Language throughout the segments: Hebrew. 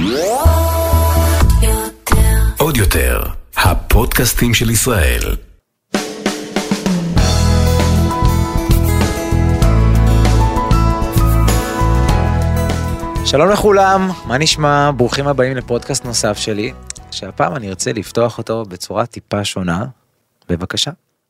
עוד יותר, הפודקאסטים של ישראל. שלום לכולם, מה נשמע? ברוכים הבאים לפודקאסט נוסף שלי, שהפעם אני ארצה לפתוח אותו בצורה טיפה שונה. בבקשה.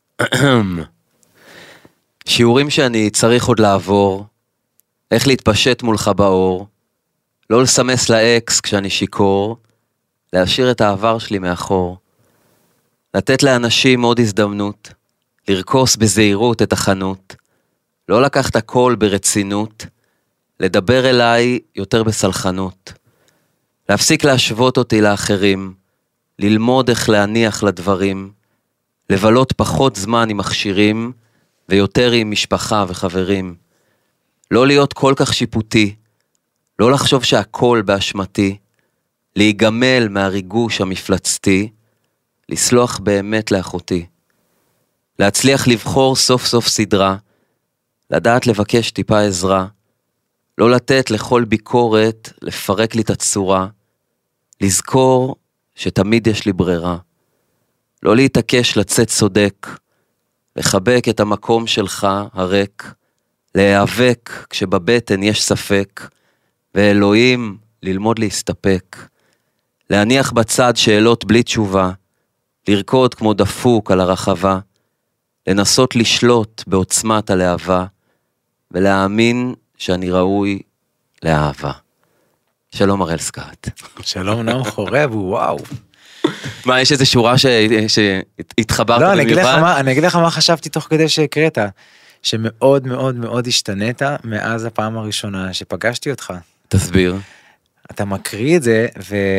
שיעורים שאני צריך עוד לעבור, איך להתפשט מולך באור, לא לסמס לאקס כשאני שיקור, להשאיר את העבר שלי מאחור, לתת לאנשים עוד הזדמנות, לרכוס בזהירות את החנות, לא לקחת הכל ברצינות, לדבר אליי יותר בסלחנות, להפסיק להשוות אותי לאחרים, ללמוד איך להניח לדברים, לבלות פחות זמן עם מכשירים, ויותר עם משפחה וחברים, לא להיות כל כך שיפוטי, לא לחשוב שהכל באשמתי, להיגמל מהריגוש המפלצתי, לסלוח באמת לאחותי, להצליח לבחור סוף סוף סדרה, לדעת לבקש טיפה עזרה, לא לתת לכל ביקורת לפרק לי את הצורה, לזכור שתמיד יש לי ברירה, לא להתעקש לצאת צודק, לחבק את המקום שלך הריק, להיאבק כשבבטן יש ספק, ואלוהים ללמוד להסתפק, להניח בצד שאלות בלי תשובה, לרקוד כמו דפוק על הרחבה, לנסות לשלוט בעוצמת הלהבה, ולהאמין שאני ראוי לאהבה. שלום אראל סקאט. שלום נועם חורב, וואו. מה, יש איזו שורה שהתחברת לא, במיוחד? אני אגיד לך מה חשבתי תוך כדי שהקראת, שמאוד מאוד מאוד השתנית מאז הפעם הראשונה שפגשתי אותך. תסביר. אתה מקריא את זה,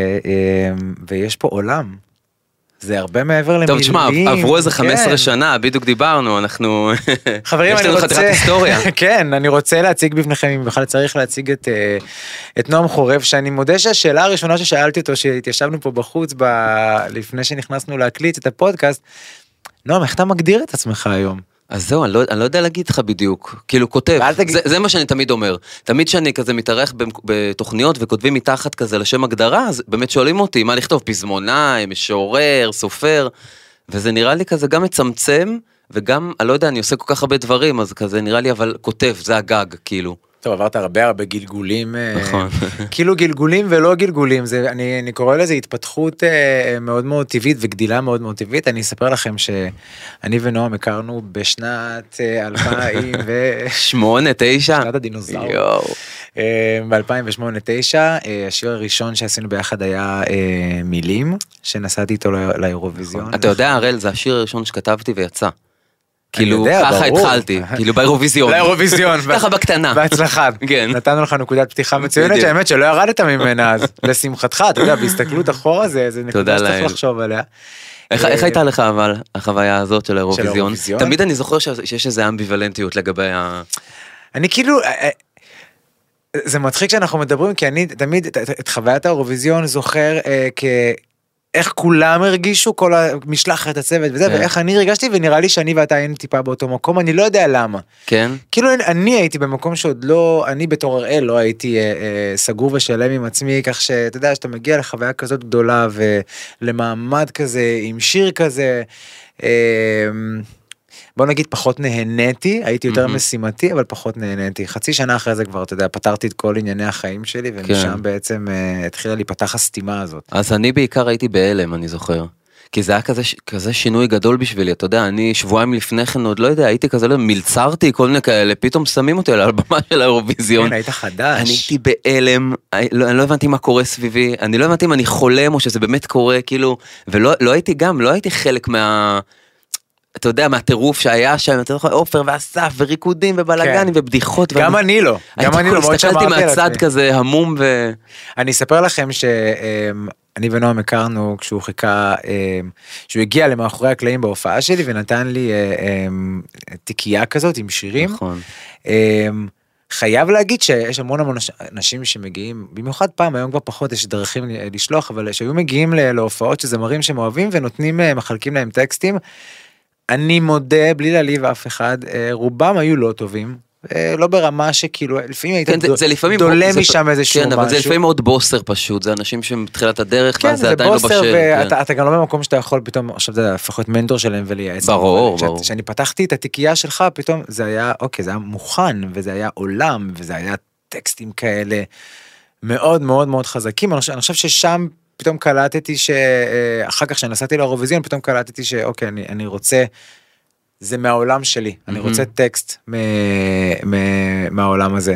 ויש פה עולם. זה הרבה מעבר למילים. טוב, תשמע, עברו איזה 15 שנה, בדיוק דיברנו, אנחנו... חברים, יש לנו חתיכת היסטוריה. כן, אני רוצה להציג בפניכם, אם בכלל צריך להציג את נועם חורב, שאני מודה שהשאלה הראשונה ששאלתי אותו, שהתיישבנו פה בחוץ, לפני שנכנסנו להקליט את הפודקאסט, נועם, איך אתה מגדיר את עצמך היום? אז זהו, אני לא יודע להגיד לך בדיוק, כאילו כותב, זה מה שאני תמיד אומר, תמיד שאני כזה מתארך בתוכניות וכותבים מתחת כזה לשם הגדרה, אז באמת שואלים אותי מה לכתוב, פזמונאי, משורר, סופר, וזה נראה לי כזה גם מצמצם, וגם, אני לא יודע, אני עושה כל כך הרבה דברים, אז כזה נראה לי, אבל כותב, זה הגג, כאילו. טוב, עברת הרבה גלגולים, נכון. כאילו גלגולים ולא גלגולים, אני קורא לזה התפתחות מאוד מאוד טבעית וגדילה מאוד מאוד טבעית. אני אספר לכם שאני ונועם הכרנו בשנת 2008, 2009, שנת הדינוזאור, ב-2008-2009, השיר הראשון שעשינו ביחד היה מילים, שנסעתי איתו לאירוויזיון. אתה יודע, הראל, זה השיר הראשון שכתבתי ויצא. כאילו, ככה התחלתי, כאילו באירוויזיון. לאירוויזיון. ככה בקטנה. בהצלחה. נתנו לך נקודת פתיחה מצוינת, שהאמת שלא ירדת ממנה אז, לשמחתך, אתה יודע, בהסתכלות אחורה, זה נקודה שצריך לחשוב עליה. איך הייתה לך אבל, החוויה הזאת של האירוויזיון? תמיד אני זוכר שיש איזו אמביוולנטיות לגבי אני כאילו... זה מצחיק שאנחנו מדברים, כי אני תמיד את חוויית האירוויזיון זוכר איך כולם הרגישו, כל המשלחת, הצוות וזה, ואיך אני הרגשתי, ונראה לי שאני ואתה היינו טיפה באותו מקום, אני לא יודע למה. כן? כאילו אני הייתי במקום שעוד לא, אני בתור הראל לא הייתי סגור ושלם עם עצמי, כך שאתה יודע, שאתה מגיע לחוויה כזאת גדולה, ולמעמד כזה, עם שיר כזה, בוא נגיד פחות נהניתי, הייתי יותר משימתי, אבל פחות נהניתי. חצי שנה אחרי זה כבר, אתה יודע, פתרתי את כל ענייני החיים שלי, ומשם בעצם התחילה להיפתח הסתימה הזאת. אז אני בעיקר הייתי בהלם, אני זוכר. כי זה היה כזה שינוי גדול בשבילי, אתה יודע, אני שבועיים לפני כן עוד לא יודע, הייתי כזה, מלצרתי כל מיני כאלה, פתאום שמים אותי על הבמה של האירוויזיון. כן, היית חדש. אני הייתי בהלם, אני לא הבנתי מה קורה סביבי, אני לא הבנתי אם אני חולם או שזה באמת קורה, כאילו, ולא הייתי חלק אתה יודע, מהטירוף שהיה שם, אתה יודע, אופר ואסף וריקודים ובלגנים ובדיחות. גם אני לא. הסתכלתי מהצד כזה, המום אני אספר לכם שאני ונועם הכרנו כשהוא חיכה, שהוא הגיע למאחורי הקלעים בהופעה שלי, ונתן לי תיקייה כזאת עם שירים. נכון. חייב להגיד שיש המון אנשים שמגיעים, במיוחד פעם, היום כבר פחות יש דרכים לשלוח, אבל שהיו מגיעים להופעות שזמרים שהם אוהבים, ונותנים, מחלקים להם טקסטים, אני מודה, בלי להעליב אף אחד, רובם היו לא טובים, לא ברמה שכאילו, לפעמים היית לפעמים דולה משם איזשהו משהו. כן, אבל זה לפעמים מאוד בוסר פשוט, זה אנשים שמתחילת הדרך, כן, זה עדיין לא בשל. ואתה גם לא במקום שאתה יכול פתאום, עכשיו זה הפך להיות מנטור שלהם ולייעץ. ברור. כשאני פתחתי את התיקייה שלך, פתאום זה היה, אוקיי, זה היה מוכן, וזה היה עולם, וזה היה טקסטים כאלה מאוד מאוד מאוד חזקים. אני חושב ששם פתאום קלטתי שאחר כך שנסעתי לאירוויזיון, פתאום קלטתי שאוקיי, אני רוצה, זה מהעולם שלי, אני רוצה טקסט מהעולם הזה.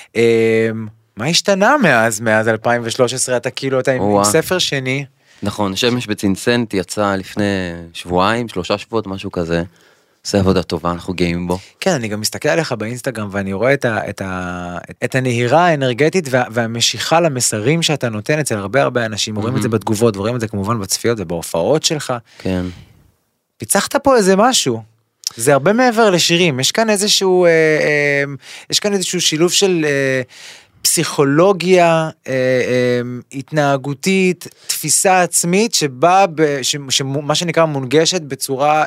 מה השתנה מאז 2013? אתה כאילו, אתה עם ספר שני. נכון, שמש בצנצנת יצא לפני שבועיים, 3 שבועות, משהו כזה. עושה עבודה טובה, אנחנו גאים בו. כן, אני גם מסתכל עליך באינסטגרם, ואני רואה את הנהירה האנרגטית והמשיכה למסרים שאתה נותן אצל הרבה אנשים, רואים את זה בתגובות, רואים את זה כמובן בצפיות ובהופעות שלך. כן. פיצחת פה איזה משהו. זה הרבה מעבר לשירים, יש כאן איזשהו שילוב של פסיכולוגיה, התנהגותית, תפיסה עצמית, שבאה, מה שנקרא מונגשת בצורה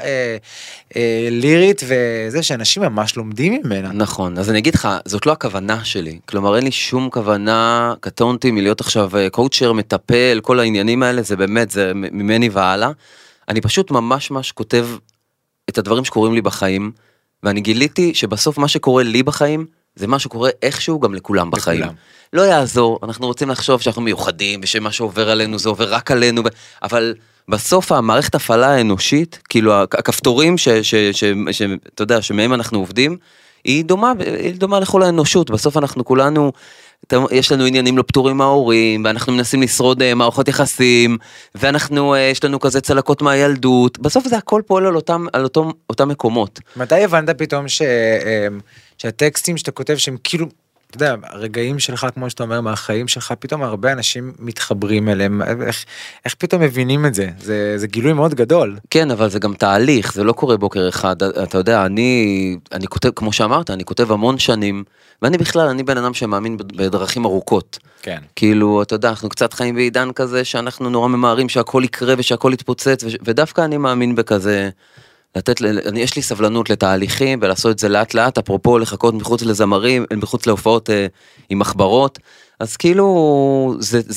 לירית, וזה שאנשים ממש לומדים ממנה. נכון, אז אני אגיד לך, זאת לא הכוונה שלי, כלומר אין לי שום כוונה, קטונתי מלהיות עכשיו קואוצ'ר, מטפל, כל העניינים האלה, זה באמת, זה ממני והלאה, אני פשוט ממש כותב את הדברים שקורים לי בחיים, ואני גיליתי שבסוף מה שקורה לי בחיים, זה מה שקורה איכשהו גם לכולם בחיים. לא יעזור, אנחנו רוצים לחשוב שאנחנו מיוחדים, ושמה שעובר עלינו זה עובר רק עלינו, אבל בסוף המערכת הפעלה האנושית, כאילו הכפתורים שאתה יודע, שמהם אנחנו עובדים, היא דומה לכל האנושות, בסוף אנחנו כולנו, יש לנו עניינים לא פתורים מההורים, ואנחנו מנסים לשרוד מערכות יחסים, ואנחנו, יש לנו כזה צלקות מהילדות, בסוף זה הכל פועל על אותם מקומות. מתי הבנת פתאום שהטקסטים שאתה כותב שהם כאילו, אתה יודע, הרגעים שלך, כמו שאתה אומר, מהחיים שלך, פתאום הרבה אנשים מתחברים אליהם, איך פתאום מבינים את זה? זה גילוי מאוד גדול. כן, אבל זה גם תהליך, זה לא קורה בוקר אחד, אתה יודע, אני כותב, כמו שאמרת, אני כותב המון שנים, ואני בכלל, אני בן אדם שמאמין בדרכים ארוכות. כן. כאילו, אתה יודע, אנחנו קצת חיים בעידן כזה, שאנחנו נורא ממהרים שהכל יקרה ושהכל יתפוצץ, ודווקא אני מאמין בכזה, יש לי סבלנות לתהליכים, ולעשות את זה לאט לאט, אפרופו לחכות מחוץ לזמרים, מחוץ להופעות עם מחברות, אז כאילו,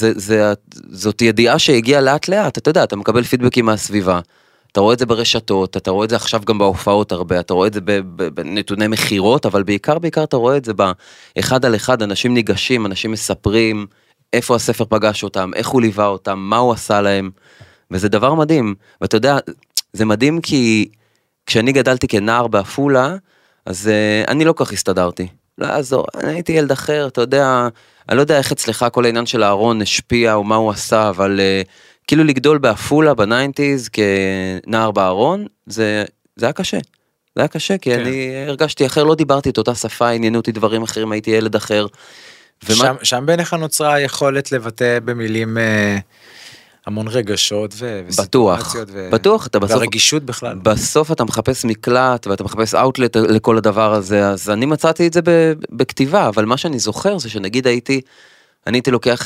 זאת ידיעה שהגיעה לאט לאט, אתה יודע, אתה מקבל פידבקים מהסביבה, אתה רואה את זה ברשתות, אתה רואה את זה עכשיו גם בהופעות הרבה, אתה רואה את זה בנתוני מחירות, אבל בעיקר אתה רואה את זה באחד על אחד, אנשים ניגשים, אנשים מספרים, איפה הספר פגש אותם, איך הוא ליווה אותם, מה הוא עשה להם, וזה דבר מדהים, ואתה יודע, זה מדהים כי כשאני גדלתי כנער באפולה, אז אני לא כך הסתדרתי. לא יעזור, אני הייתי ילד אחר, אתה יודע, אני לא יודע איך אצלך כל העניין של הארון השפיע או מה הוא עשה, אבל כאילו לגדול באפולה, בניינטיז, כנער בארון, זה היה קשה. זה היה קשה, כי אני הרגשתי אחר, לא דיברתי את אותה שפה, עניינו אותי דברים אחרים, הייתי ילד אחר. שם בעיניך נוצרה היכולת לבטא במילים המון רגשות וסיטואציות. בטוח, אתה בסוף, והרגישות בכלל. בסוף אתה מחפש מקלט, ואתה מחפש אאוטלט לכל הדבר הזה, אז אני מצאתי את זה בכתיבה, אבל מה שאני זוכר זה שנגיד אני הייתי לוקח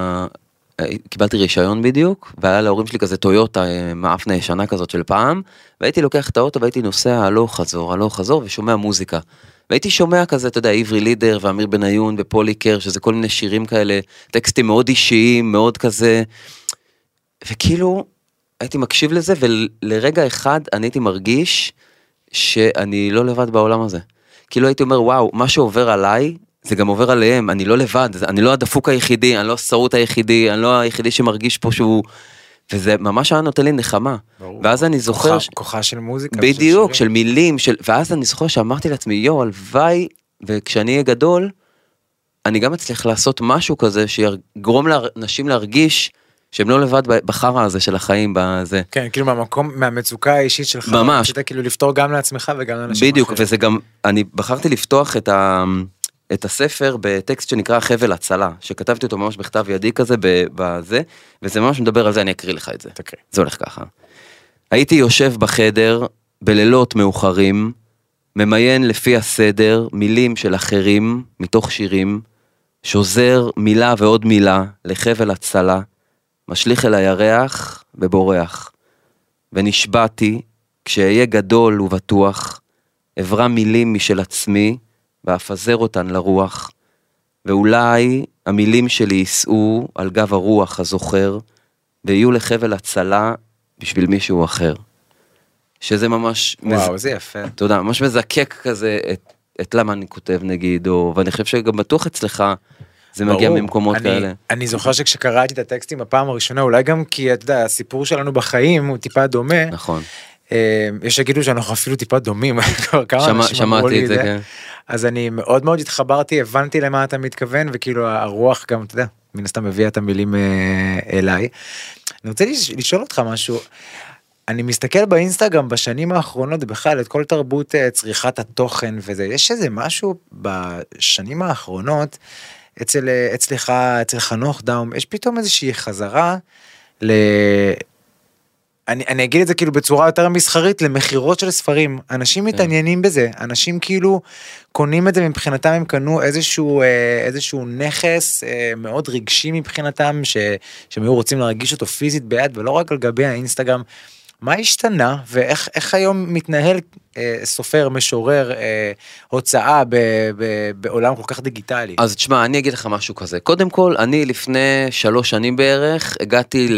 קיבלתי רישיון בדיוק, והיה להורים שלי כזה טויוטה, מאפנה ישנה כזאת של פעם, והייתי לוקח את האוטו והייתי נוסע הלוך חזור, ושומע מוזיקה. והייתי שומע כזה, אתה יודע, עברי לידר, ואמיר בניון, ופוליקר, שזה כל מיני שירים כאלה, טקסטים מאוד אישיים, מאוד כזה, וכאילו, הייתי מקשיב לזה, ולרגע אחד אני הייתי מרגיש, שאני לא לבד בעולם הזה. כאילו הייתי אומר, וואו, מה שעובר עליי, זה גם עובר עליהם, אני לא לבד, אני לא הדפוק היחידי, אני לא השרוט היחידי, אני לא היחידי שמרגיש פה שהוא, וזה ממש היה נותן לי נחמה. ואז אני זוכר... כוחה של מוזיקה. בדיוק, של מילים, ואז אני זוכר שאמרתי לעצמי, יו, הלוואי, וכשאני אהיה גדול, אני גם אצליח לעשות משהו כזה, שיגרום לאנשים להרגיש, שהם לא לבד בחרה הזה של החיים בזה. כן, כאילו מהמצוקה האישית שלך. ממש. אתה כאילו לפתור גם לעצמך וגם לאנשים אחרים. בדיוק, וזה גם, אני בחרתי לפתוח את הספר בטקסט שנקרא חבל הצלה, שכתבתי אותו ממש בכתב ידי כזה בזה, וזה ממש מדבר על זה, אני אקריא לך את זה. תקריא. זה הולך ככה. הייתי יושב בחדר, בלילות מאוחרים, ממיין לפי הסדר, מילים של אחרים, מתוך שירים, שוזר מילה ועוד מילה לחבל הצלה, משליך אל הירח ובורח. ונשבעתי, כשאהיה גדול ובטוח, עברה מילים משל עצמי, ואפזר אותן לרוח, ואולי המילים שלי יישאו על גב הרוח הזוכר, ויהיו לחבל הצלה בשביל מישהו אחר. שזה ממש... וואו, זה יפה. תודה, ממש מזקק כזה את למה אני כותב נגיד, ואני חושב שגם בטוח אצלך, זה מגיע ממקומות כאלה. אני זוכר שכשקראתי את הטקסטים הפעם הראשונה, אולי גם כי אתה יודע, הסיפור שלנו בחיים הוא טיפה דומה. נכון. יש שיגידו שאנחנו אפילו טיפה דומים, כמה אנשים אמרו לי את זה. אז אני מאוד מאוד התחברתי, הבנתי למה אתה מתכוון, וכאילו הרוח גם, אתה יודע, מן הסתם מביא את המילים אליי. אני רוצה לשאול אותך משהו, אני מסתכל באינסטגרם בשנים האחרונות, בכלל את כל תרבות צריכת התוכן וזה, יש איזה משהו בשנים האחרונות, אצלך, אצל חנוך דאום, יש פתאום איזושהי חזרה אני אגיד את זה כאילו בצורה יותר מסחרית, למחירות של ספרים, אנשים מתעניינים בזה, אנשים כאילו קונים את זה מבחינתם, הם קנו איזשהו נכס מאוד רגשי מבחינתם, שהם היו רוצים להרגיש אותו פיזית ביד, ולא רק על גבי האינסטגרם, מה השתנה, ואיך היום מתנהל סופר, משורר, הוצאה בעולם כל כך דיגיטלי? אז תשמע, אני אגיד לך משהו כזה. קודם כל, אני לפני 3 שנים בערך, הגעתי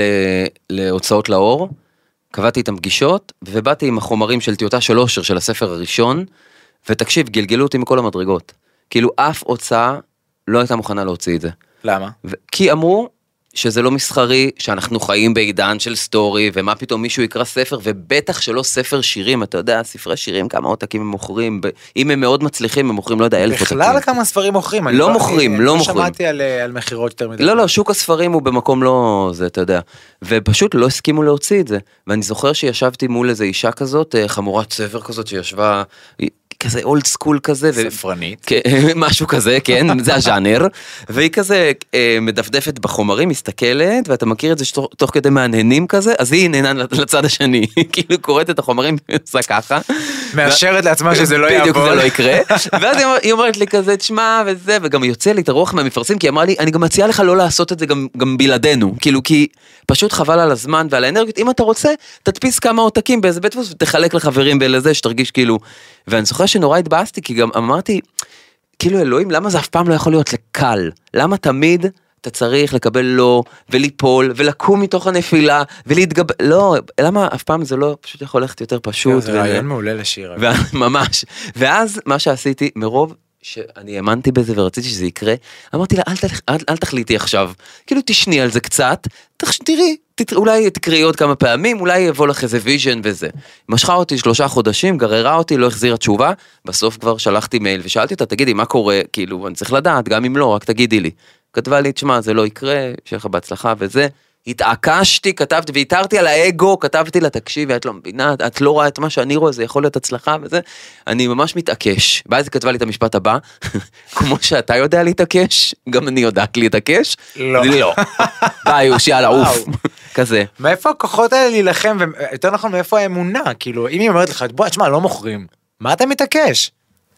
להוצאות לאור, קבעתי איתם פגישות, ובאתי עם החומרים של טיוטה של אושר, של הספר הראשון, ותקשיב, גלגלו אותי מכל המדרגות. כאילו, אף הוצאה לא הייתה מוכנה להוציא את זה. למה? כי אמרו, שזה לא מסחרי, שאנחנו חיים בעידן של סטורי, ומה פתאום מישהו יקרא ספר, ובטח שלא ספר שירים, אתה יודע, ספרי שירים, כמה עותקים הם מוכרים, אם הם מאוד מצליחים, הם מוכרים, לא יודע, 1,000 עותקים. בכלל כמה ספרים מוכרים? לא מוכרים, לא מוכרים. לא שמעתי על מחירות יותר מדי. לא, שוק הספרים הוא במקום לא, זה, אתה יודע, ופשוט לא הסכימו להוציא את זה, ואני זוכר שישבתי מול איזו אישה כזאת, חמורת ספר כזאת, שישבה כזה אולד סקול כזה. ספרנית. משהו כזה, כן, זה הז'אנר, והיא כזה מדפדפת בחומרים, מסתכלת, ואתה מכיר את זה שתוך כדי מעניינים כזה, אז היא נהנה לצד השני, כאילו קוראת את החומרים, עושה ככה. מאשרת לעצמה שזה לא יעבור. בדיוק זה לא יקרה, ואז היא אומרת לי כזה, תשמע וזה, וגם יוצא לי את הרוח מהמפרסים, כי היא אמרה לי, אני גם מציעה לך לא לעשות את זה גם בלעדינו, כאילו, כי פשוט חבל על הזמן ועל האנרגיות, אם אתה רוצה, תדפיס כמה עותקים באיזה בית דפוס, ותחלק לחברים ולזה, שתרגיש כאילו, ואני זוכר שנורא התבאסתי, כי גם אמרתי, כאילו אלוהים, למה זה אף פעם לא יכול להיות לקל? למה תמיד אתה צריך לקבל לא, וליפול, ולקום מתוך הנפילה, ולהתגבר, לא, למה אף פעם זה לא פשוט יכול ללכת יותר פשוט? זה רעיון מעולה לשיר. ממש. ואז מה שעשיתי, מרוב שאני האמנתי בזה ורציתי שזה יקרה, אמרתי לה, אל תחליטי עכשיו, כאילו תשני על זה קצת, תראי, אולי תקראי עוד כמה פעמים, אולי יבוא לך איזה ויז'ן וזה. משכה אותי 3 חודשים, גררה אותי, לא החזירה תשובה, בסוף כבר שלחתי מייל ושאלתי אותה, תגידי, מה קורה? כאילו, אני צריך לדעת, גם אם לא, רק תגידי לי. כתבה לי, תשמע, זה לא יקרה, שיהיה לך בהצלחה וזה. התעקשתי, כתבתי, והתארתי על האגו, כתבתי לה, תקשיבי, את לא מבינה, את לא רואה את מה שאני רואה, זה יכול להיות הצלחה וזה. אני ממש מתעקש. ואז היא כתבה לי את המשפט הבא, כמו שאתה יודע להתעקש, גם אני יודעת להתעקש. לא. ביי, יאללה, עוף. כזה. מאיפה הכוחות האלה להילחם, ויותר נכון, מאיפה האמונה? כאילו, אם היא אומרת לך, בוא, תשמע, לא מוכרים. מה אתה מתעקש?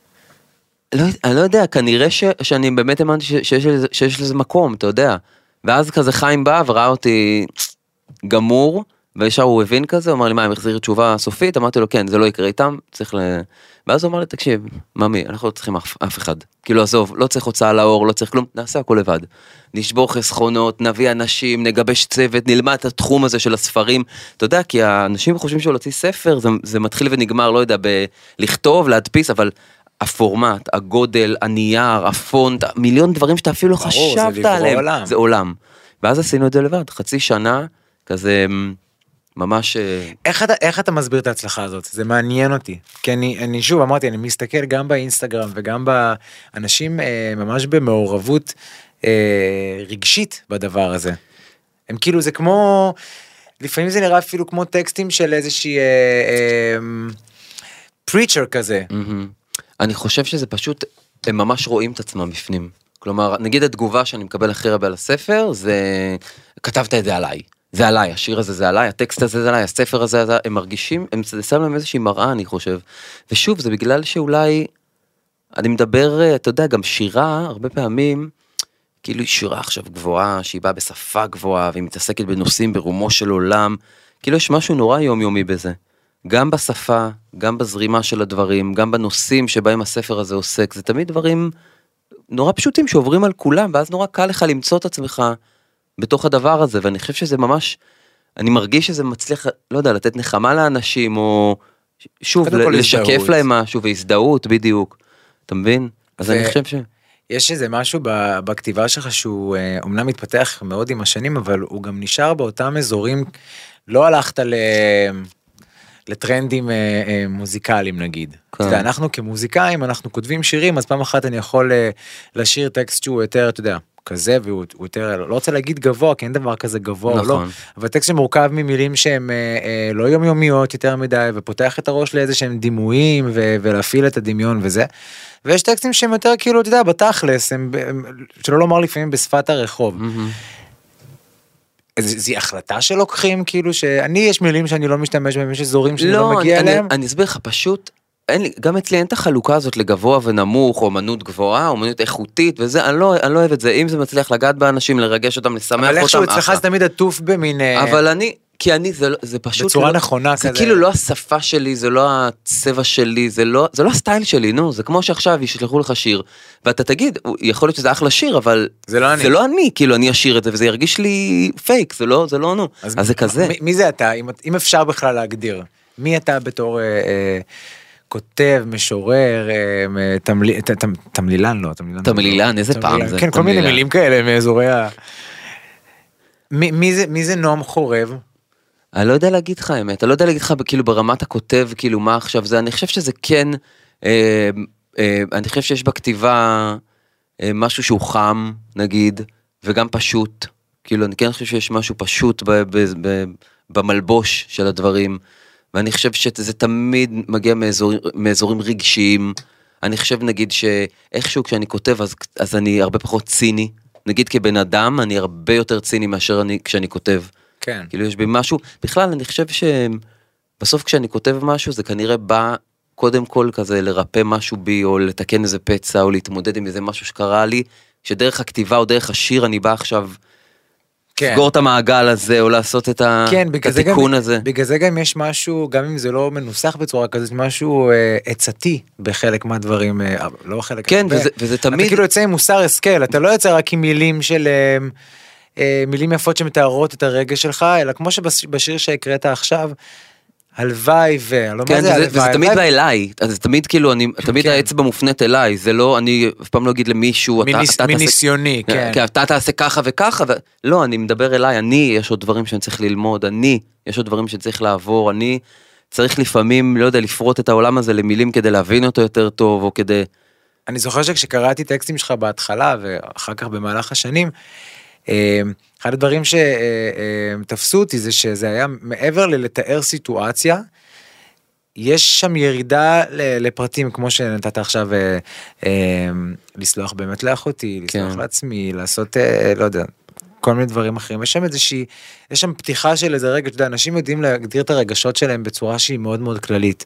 אני לא יודע, כנראה שאני באמת האמנתי שיש לזה מקום, אתה יודע. ואז כזה חיים בא וראה אותי גמור, וישר הוא הבין כזה, הוא אמר לי, מה, הם החזיר תשובה סופית? אמרתי לו, כן, זה לא יקרה איתם, צריך ואז הוא אמר לי, תקשיב, ממי, אנחנו לא צריכים אף אחד. כאילו, עזוב, לא צריך הוצאה לאור, לא צריך כלום, נעשה הכל לבד. נשבור חסכונות, נביא אנשים, נגבש צוות, נלמד את התחום הזה של הספרים. אתה יודע, כי האנשים חושבים שהוא להוציא ספר, זה מתחיל ונגמר, לא יודע, לכתוב, להדפיס, אבל הפורמט, הגודל, הנייר, הפונט, מיליון דברים שאתה אפילו לא חשבת עליהם. זה עולם. ואז עשינו את זה לבד, 0.5 שנה, כזה ממש... איך אתה מסביר את ההצלחה הזאת? זה מעניין אותי. כי אני שוב אמרתי, אני מסתכל גם באינסטגרם וגם באנשים ממש במעורבות רגשית בדבר הזה. הם כאילו, זה כמו... לפעמים זה נראה אפילו כמו טקסטים של איזושהי פריצ'ר כזה. אני חושב שזה פשוט, הם ממש רואים את עצמם בפנים. כלומר, נגיד התגובה שאני מקבל הכי הרבה על הספר, זה, כתבת את זה עליי. זה עליי, השיר הזה זה עליי, הטקסט הזה זה עליי, הספר הזה, הם מרגישים, זה שם להם איזושהי מראה, אני חושב. ושוב, זה בגלל שאולי, אני מדבר, אתה יודע, גם שירה, הרבה פעמים, כאילו שירה עכשיו גבוהה, שהיא באה בשפה גבוהה, והיא מתעסקת בנושאים ברומו של עולם, כאילו יש משהו נורא יומיומי בזה. גם בשפה, גם בזרימה של הדברים, גם בנושאים שבהם הספר הזה עוסק, זה תמיד דברים נורא פשוטים שעוברים על כולם, ואז נורא קל לך למצוא את עצמך בתוך הדבר הזה, ואני חושב שזה ממש, אני מרגיש שזה מצליח, לא יודע, לתת נחמה לאנשים, או שוב, לשקף להם משהו, והזדהות בדיוק, אתה מבין? אז אני חושב יש איזה משהו בכתיבה שלך שהוא אומנם מתפתח מאוד עם השנים, אבל הוא גם נשאר באותם אזורים, לא הלכת לטרנדים מוזיקליים נגיד. אתה יודע, אנחנו כמוזיקאים, אנחנו כותבים שירים, אז פעם אחת אני יכול לשיר טקסט שהוא יותר, אתה יודע, כזה, והוא יותר, לא רוצה להגיד גבוה, כי אין דבר כזה גבוה או לא, אבל טקסט שמורכב ממילים שהן לא יומיומיות יותר מדי, ופותח את הראש לאיזה שהם דימויים, ולהפעיל את הדמיון וזה. ויש טקסטים שהם יותר כאילו, אתה יודע, בתכלס, שלא לומר לפעמים בשפת הרחוב. זו החלטה שלוקחים, כאילו שאני, יש מילים שאני לא משתמש בהם, יש אזורים שאני לא מגיע אליהם. אני אסביר לך, פשוט, גם אצלי אין את החלוקה הזאת לגבוה ונמוך, או אומנות גבוהה, או אומנות איכותית, וזה, אני לא אוהב את זה, אם זה מצליח לגעת באנשים, לרגש אותם, לשמח אותם. אבל איכשהו אצלך זה תמיד עטוף במין... אבל אני, כי אני, זה פשוט... בצורה נכונה כזה. זה כאילו לא השפה שלי, זה לא הצבע שלי, זה לא הסטייל שלי, נו, זה כמו שעכשיו ישלחו לך שיר, ואתה תגיד, יכול להיות שזה אחלה שיר, אבל זה לא אני, כאילו אני אשיר את זה, וזה ירגיש לי פייק, זה לא, נו, אז זה כזה. מי זה אתה, אם אפשר בכלל להגדיר? מי אתה בתור כותב, משורר, תמלילן, לא, תמלילן, איזה פעם זה? כן, כל מיני מילים כאלה מאזורי ה... מי זה נועם חורב? אני לא יודע להגיד לך האמת, אני לא יודע להגיד לך כאילו ברמת הכותב, כאילו מה עכשיו זה, אני חושב שזה כן, אני חושב שיש בכתיבה משהו שהוא חם, נגיד, וגם פשוט, כאילו אני כן חושב שיש משהו פשוט במלבוש של הדברים, ואני חושב שזה תמיד מגיע מאזורים רגשיים, אני חושב נגיד שאיכשהו כשאני כותב אז אני הרבה פחות ציני, נגיד כבן אדם אני הרבה יותר ציני מאשר כשאני כותב, כן. כאילו יש בי משהו, בכלל אני חושב שבסוף כשאני כותב משהו זה כנראה בא קודם כל כזה לרפא משהו בי או לתקן איזה פצע או להתמודד עם איזה משהו שקרה לי, שדרך הכתיבה או דרך השיר אני בא עכשיו לסגור את המעגל הזה או לעשות את התיקון הזה. בגלל זה גם יש משהו, גם אם זה לא מנוסח בצורה כזאת, משהו עצתי בחלק מהדברים, לא חלק. כן, וזה תמיד... אתה כאילו יוצא עם מוסר השכל, אתה לא יוצא רק עם מילים של... מילים יפות שמתארות את הרגש שלך, אלא כמו שבשיר שהקראת עכשיו, הלוואי כן, וזה תמיד בא אליי, אז זה תמיד כאילו, תמיד האצבע מופנית אליי, זה לא, אני אף פעם לא אגיד למישהו, מניסיוני, כן. אתה תעשה ככה וככה, לא, אני מדבר אליי, יש עוד דברים שאני צריך ללמוד, יש עוד דברים שצריך לעבור, אני צריך לפעמים, לא יודע, לפרוט את העולם הזה למילים כדי להבין אותו יותר טוב, או כדי... אני זוכר שכשקראתי טקסטים שלך בהתחלה, ואחר כך במהלך השנים, אחד הדברים שתפסו אותי זה שזה היה מעבר לתאר סיטואציה, יש שם ירידה לפרטים כמו שנתת עכשיו לסלוח באמת לאחותי, לסלוח לעצמי, לעשות לא יודע, כל מיני דברים אחרים, יש שם איזושהי, יש שם פתיחה של איזה רגע, אתה יודע, אנשים יודעים להגדיר את הרגשות שלהם בצורה שהיא מאוד מאוד כללית,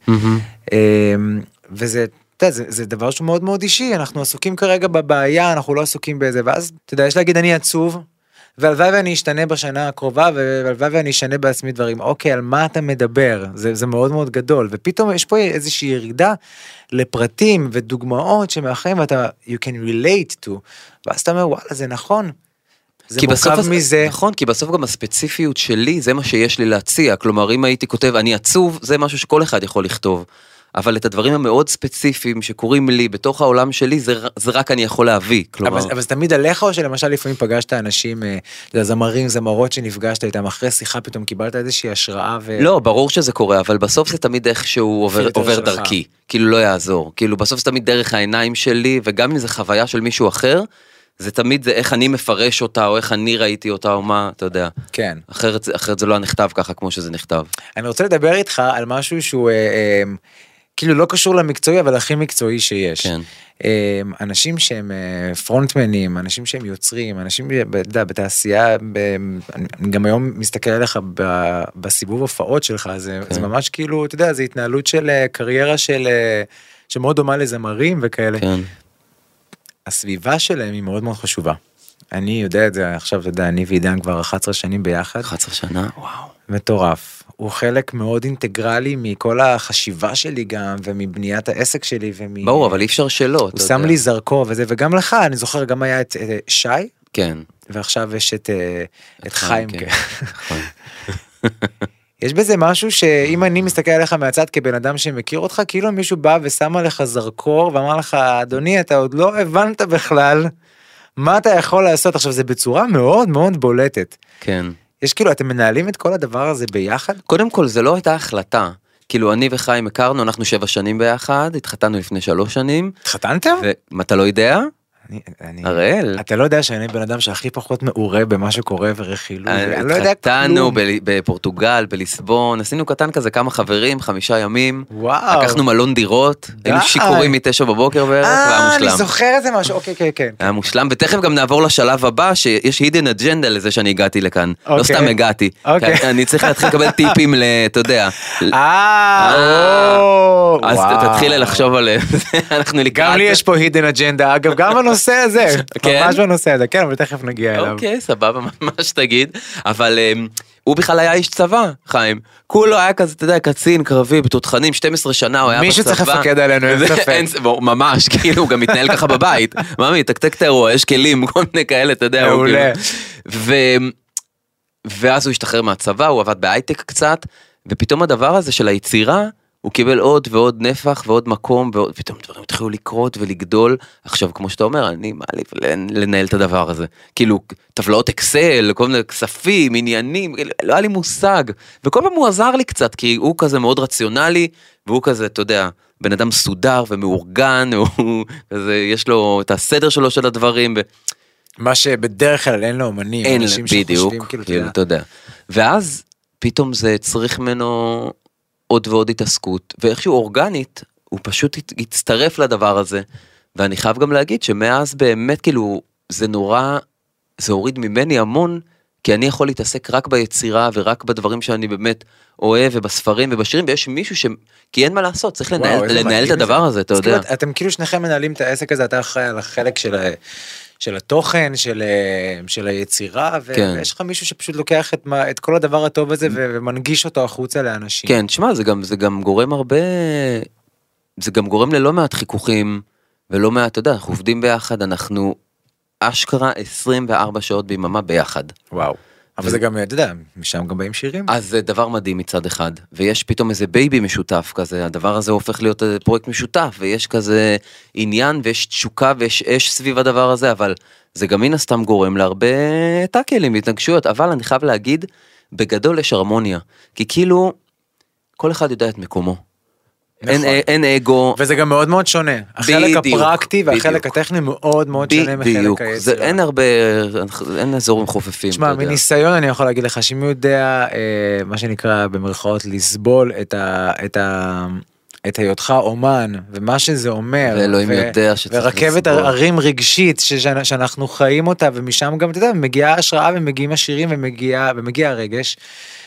וזה זה דבר שהוא מאוד מאוד אישי, אנחנו עסוקים כרגע בבעיה, אנחנו לא עסוקים באיזה, ואז, אתה יודע, יש להגיד, אני עצוב, והלוואי ואני אשתנה בשנה הקרובה, והלוואי ואני אשנה בעצמי דברים, אוקיי, על מה אתה מדבר? זה מאוד מאוד גדול, ופתאום יש פה איזושהי ירידה לפרטים ודוגמאות שמאחרים, ואתה, you can relate to, ואז אתה אומר, וואלה, זה נכון. זה מורכב מזה. נכון, כי בסוף גם הספציפיות שלי, זה מה שיש לי להציע, כלומר, אם הייתי כותב, אני עצוב, זה משהו שכל אחד יכול לכתוב. אבל את הדברים המאוד ספציפיים שקורים לי בתוך העולם שלי, זה רק אני יכול להביא, כלומר. אבל זה תמיד עליך, או שלמשל לפעמים פגשת אנשים, זמרים, זמרות שנפגשת איתם, אחרי שיחה פתאום קיבלת איזושהי השראה לא, ברור שזה קורה, אבל בסוף זה תמיד איכשהו עובר דרכי, כאילו לא יעזור, כאילו בסוף זה תמיד דרך העיניים שלי, וגם אם זה חוויה של מישהו אחר, זה תמיד זה איך אני מפרש אותה, או איך אני ראיתי אותה, או מה, אתה יודע. כן. אחרת זה לא נכתב ככה כמו שזה נכתב. אני רוצה לדבר איתך על משהו שהוא כאילו לא קשור למקצועי, אבל הכי מקצועי שיש. כן. אנשים שהם פרונטמנים, אנשים שהם יוצרים, אנשים בתעשייה, אני גם היום מסתכל עליך בסיבוב הופעות שלך, זה ממש כאילו, אתה יודע, זה התנהלות של קריירה שמאוד דומה לזמרים וכאלה. כן. הסביבה שלהם היא מאוד מאוד חשובה. אני יודע את זה עכשיו, אתה יודע, אני ועידן כבר 11 שנים ביחד. 11 שנה, וואו. מטורף. הוא חלק מאוד אינטגרלי מכל החשיבה שלי גם, ומבניית העסק שלי, ברור, אבל אי אפשר שלא. הוא שם לי זרקור וזה, וגם לך, אני זוכר, גם היה את שי, כן. ועכשיו יש את חיים. כן. יש בזה משהו שאם אני מסתכל עליך מהצד כבן אדם שמכיר אותך, כאילו מישהו בא ושם עליך זרקור, ואמר לך, אדוני, אתה עוד לא הבנת בכלל מה אתה יכול לעשות. עכשיו, זה בצורה מאוד מאוד בולטת. כן. יש כאילו, אתם מנהלים את כל הדבר הזה ביחד? קודם כל, זה לא הייתה החלטה. כאילו, אני וחיים הכרנו, אנחנו 7 שנים ביחד, התחתנו לפני 3 שנים. התחתנתם? ומה אתה לא יודע? הראל. אתה לא יודע שאני בן אדם שהכי פחות מעורה במה שקורה ורכילו. אני לא יודע התחתנו כלום. בפורטוגל, בליסבון, עשינו קטן כזה כמה חברים, 5 ימים. וואו. לקחנו מלון דירות, היינו שיכורים מ9 בבוקר בערך, והיה מושלם. אני זוכר איזה משהו, אוקיי, כן. היה מושלם, ותכף גם נעבור לשלב הבא, שיש hidden agenda לזה שאני הגעתי לכאן. לא סתם הגעתי. אני צריך להתחיל לקבל טיפים אתה יודע. אז תתחיל לחשוב על זה. גם לי יש פה hidden agenda, אגב, גם הנושא הזה, ממש בנושא הזה, כן, אבל תכף נגיע אליו. אוקיי, סבבה, מה שתגיד, אבל הוא בכלל היה איש צבא, חיים, כולו היה כזה, אתה יודע, קצין, קרבי, בתותחנים, 12 שנה הוא היה בצבא. מישהו צריך לפקד עלינו, אין ספק. ממש, כאילו, הוא גם מתנהל ככה בבית, ממי, תקתק את האירוע, יש כלים, כל מיני כאלה, אתה יודע, מעולה. ואז הוא השתחרר מהצבא, הוא עבד בהייטק קצת, ופתאום הדבר הזה של היצירה, הוא קיבל עוד ועוד נפח ועוד מקום, ופתאום דברים התחילו לקרות ולגדול. עכשיו, כמו שאתה אומר, אני מעליף לנהל את הדבר הזה. כאילו, טבלאות אקסל, כל מיני כספים, עניינים, לא היה לי מושג. וכל פעם הוא עזר לי קצת, כי הוא כזה מאוד רציונלי, והוא כזה, אתה יודע, בן אדם סודר ומאורגן, הוא כזה, יש לו את הסדר שלו של הדברים. מה שבדרך כלל אין לו אומנים. אין, בדיוק, כאילו, אתה יודע. ואז, פתאום זה צריך ממנו עוד ועוד התעסקות, ואיכשהו אורגנית, הוא פשוט הצטרף לדבר הזה, ואני חייב גם להגיד שמאז באמת כאילו, זה נורא, זה הוריד ממני המון, כי אני יכול להתעסק רק ביצירה, ורק בדברים שאני באמת אוהב, ובספרים ובשירים, ויש מישהו כי אין מה לעשות, צריך לנהל את הדבר הזה, אתה יודע. אתם כאילו שניכם מנהלים את העסק הזה, אתה אחראי על החלק של התוכן, של היצירה, ויש לך מישהו שפשוט לוקח את כל הדבר הטוב הזה, ומנגיש אותו החוצה לאנשים. כן, תשמע, זה גם גורם הרבה, זה גם גורם ללא מעט חיכוכים, ולא מעט, אתה יודע, אנחנו עובדים ביחד, אנחנו אשכרה 24 שעות ביממה ביחד. וואו. אבל זה גם, אתה יודע, משם גם באים שירים. אז זה דבר מדהים מצד אחד, ויש פתאום איזה בייבי משותף כזה, הדבר הזה הופך להיות פרויקט משותף, ויש כזה עניין, ויש תשוקה, ויש אש סביב הדבר הזה, אבל זה גם מן הסתם גורם להרבה טאקלים והתנגשויות, אבל אני חייב להגיד, בגדול יש הרמוניה, כי כאילו, כל אחד יודע את מקומו. אין אגו. וזה גם מאוד מאוד שונה. החלק הפרקטי והחלק הטכני מאוד מאוד שונה מחלק היצירה. אין הרבה, אין אזורים חופפים. תשמע, מניסיון אני יכול להגיד לך שמי יודע, מה שנקרא במרכאות, לסבול את היותך אומן, ומה שזה אומר. ואלוהים יודע שצריך לסבול. ורכבת הרים רגשית שאנחנו חיים אותה, ומשם גם, אתה יודע, מגיעה השראה ומגיעים השירים ומגיע הרגש.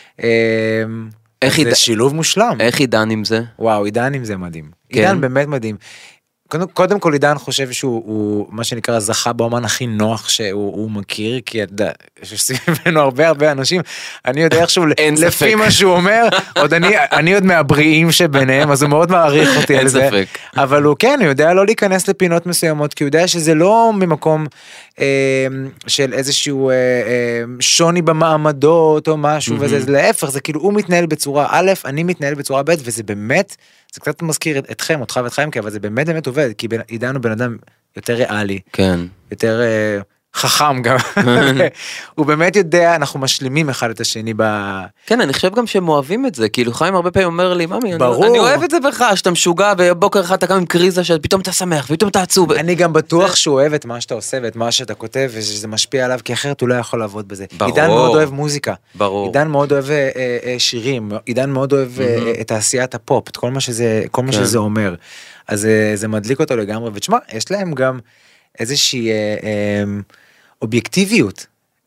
זה שילוב מושלם. איך עידן עם זה? וואו, עידן עם זה מדהים. עידן באמת מדהים. קודם כל עידן חושב שהוא מה שנקרא זכה באומן הכי נוח שהוא מכיר, כי יש סביבנו הרבה אנשים, אני יודע איכשהו לפי מה שהוא אומר, אני עוד מהבריאים שביניהם, אז הוא מאוד מעריך אותי על זה, אבל הוא כן, הוא יודע לא להיכנס לפינות מסוימות, כי הוא יודע שזה לא ממקום של איזשהו שוני במעמדות או משהו, וזה להפך, זה כאילו הוא מתנהל בצורה א', אני מתנהל בצורה ב', וזה באמת, זה קצת מזכיר אתכם, אותך ואת חיים, אבל זה באמת עובד, כי עידן הוא בן אדם יותר ריאלי, כן. יותר חכם גם, הוא באמת יודע, אנחנו משלימים אחד את השני כן, אני חושב גם שהם אוהבים את זה, כאילו חיים הרבה פעמים אומר לי, ממי, אני אוהב את זה בך, שאתה משוגע, ובוקר אחד אתה קם עם קריזה, שפתאום אתה שמח, ופתאום אתה עצוב. אני גם בטוח שהוא אוהב את מה שאתה עושה, ואת מה שאתה כותב, ושזה משפיע עליו, כי אחרת הוא לא יכול לעבוד בזה. עידן מאוד אוהב מוזיקה, עידן מאוד אוהב שירים, עידן מאוד אוהב את תעשיית הפופ, את כל מה שזה אומר. אז זה מדליק אותו לגמרי, ותשמע, יש להם גם איזושהי אובייקטיביות.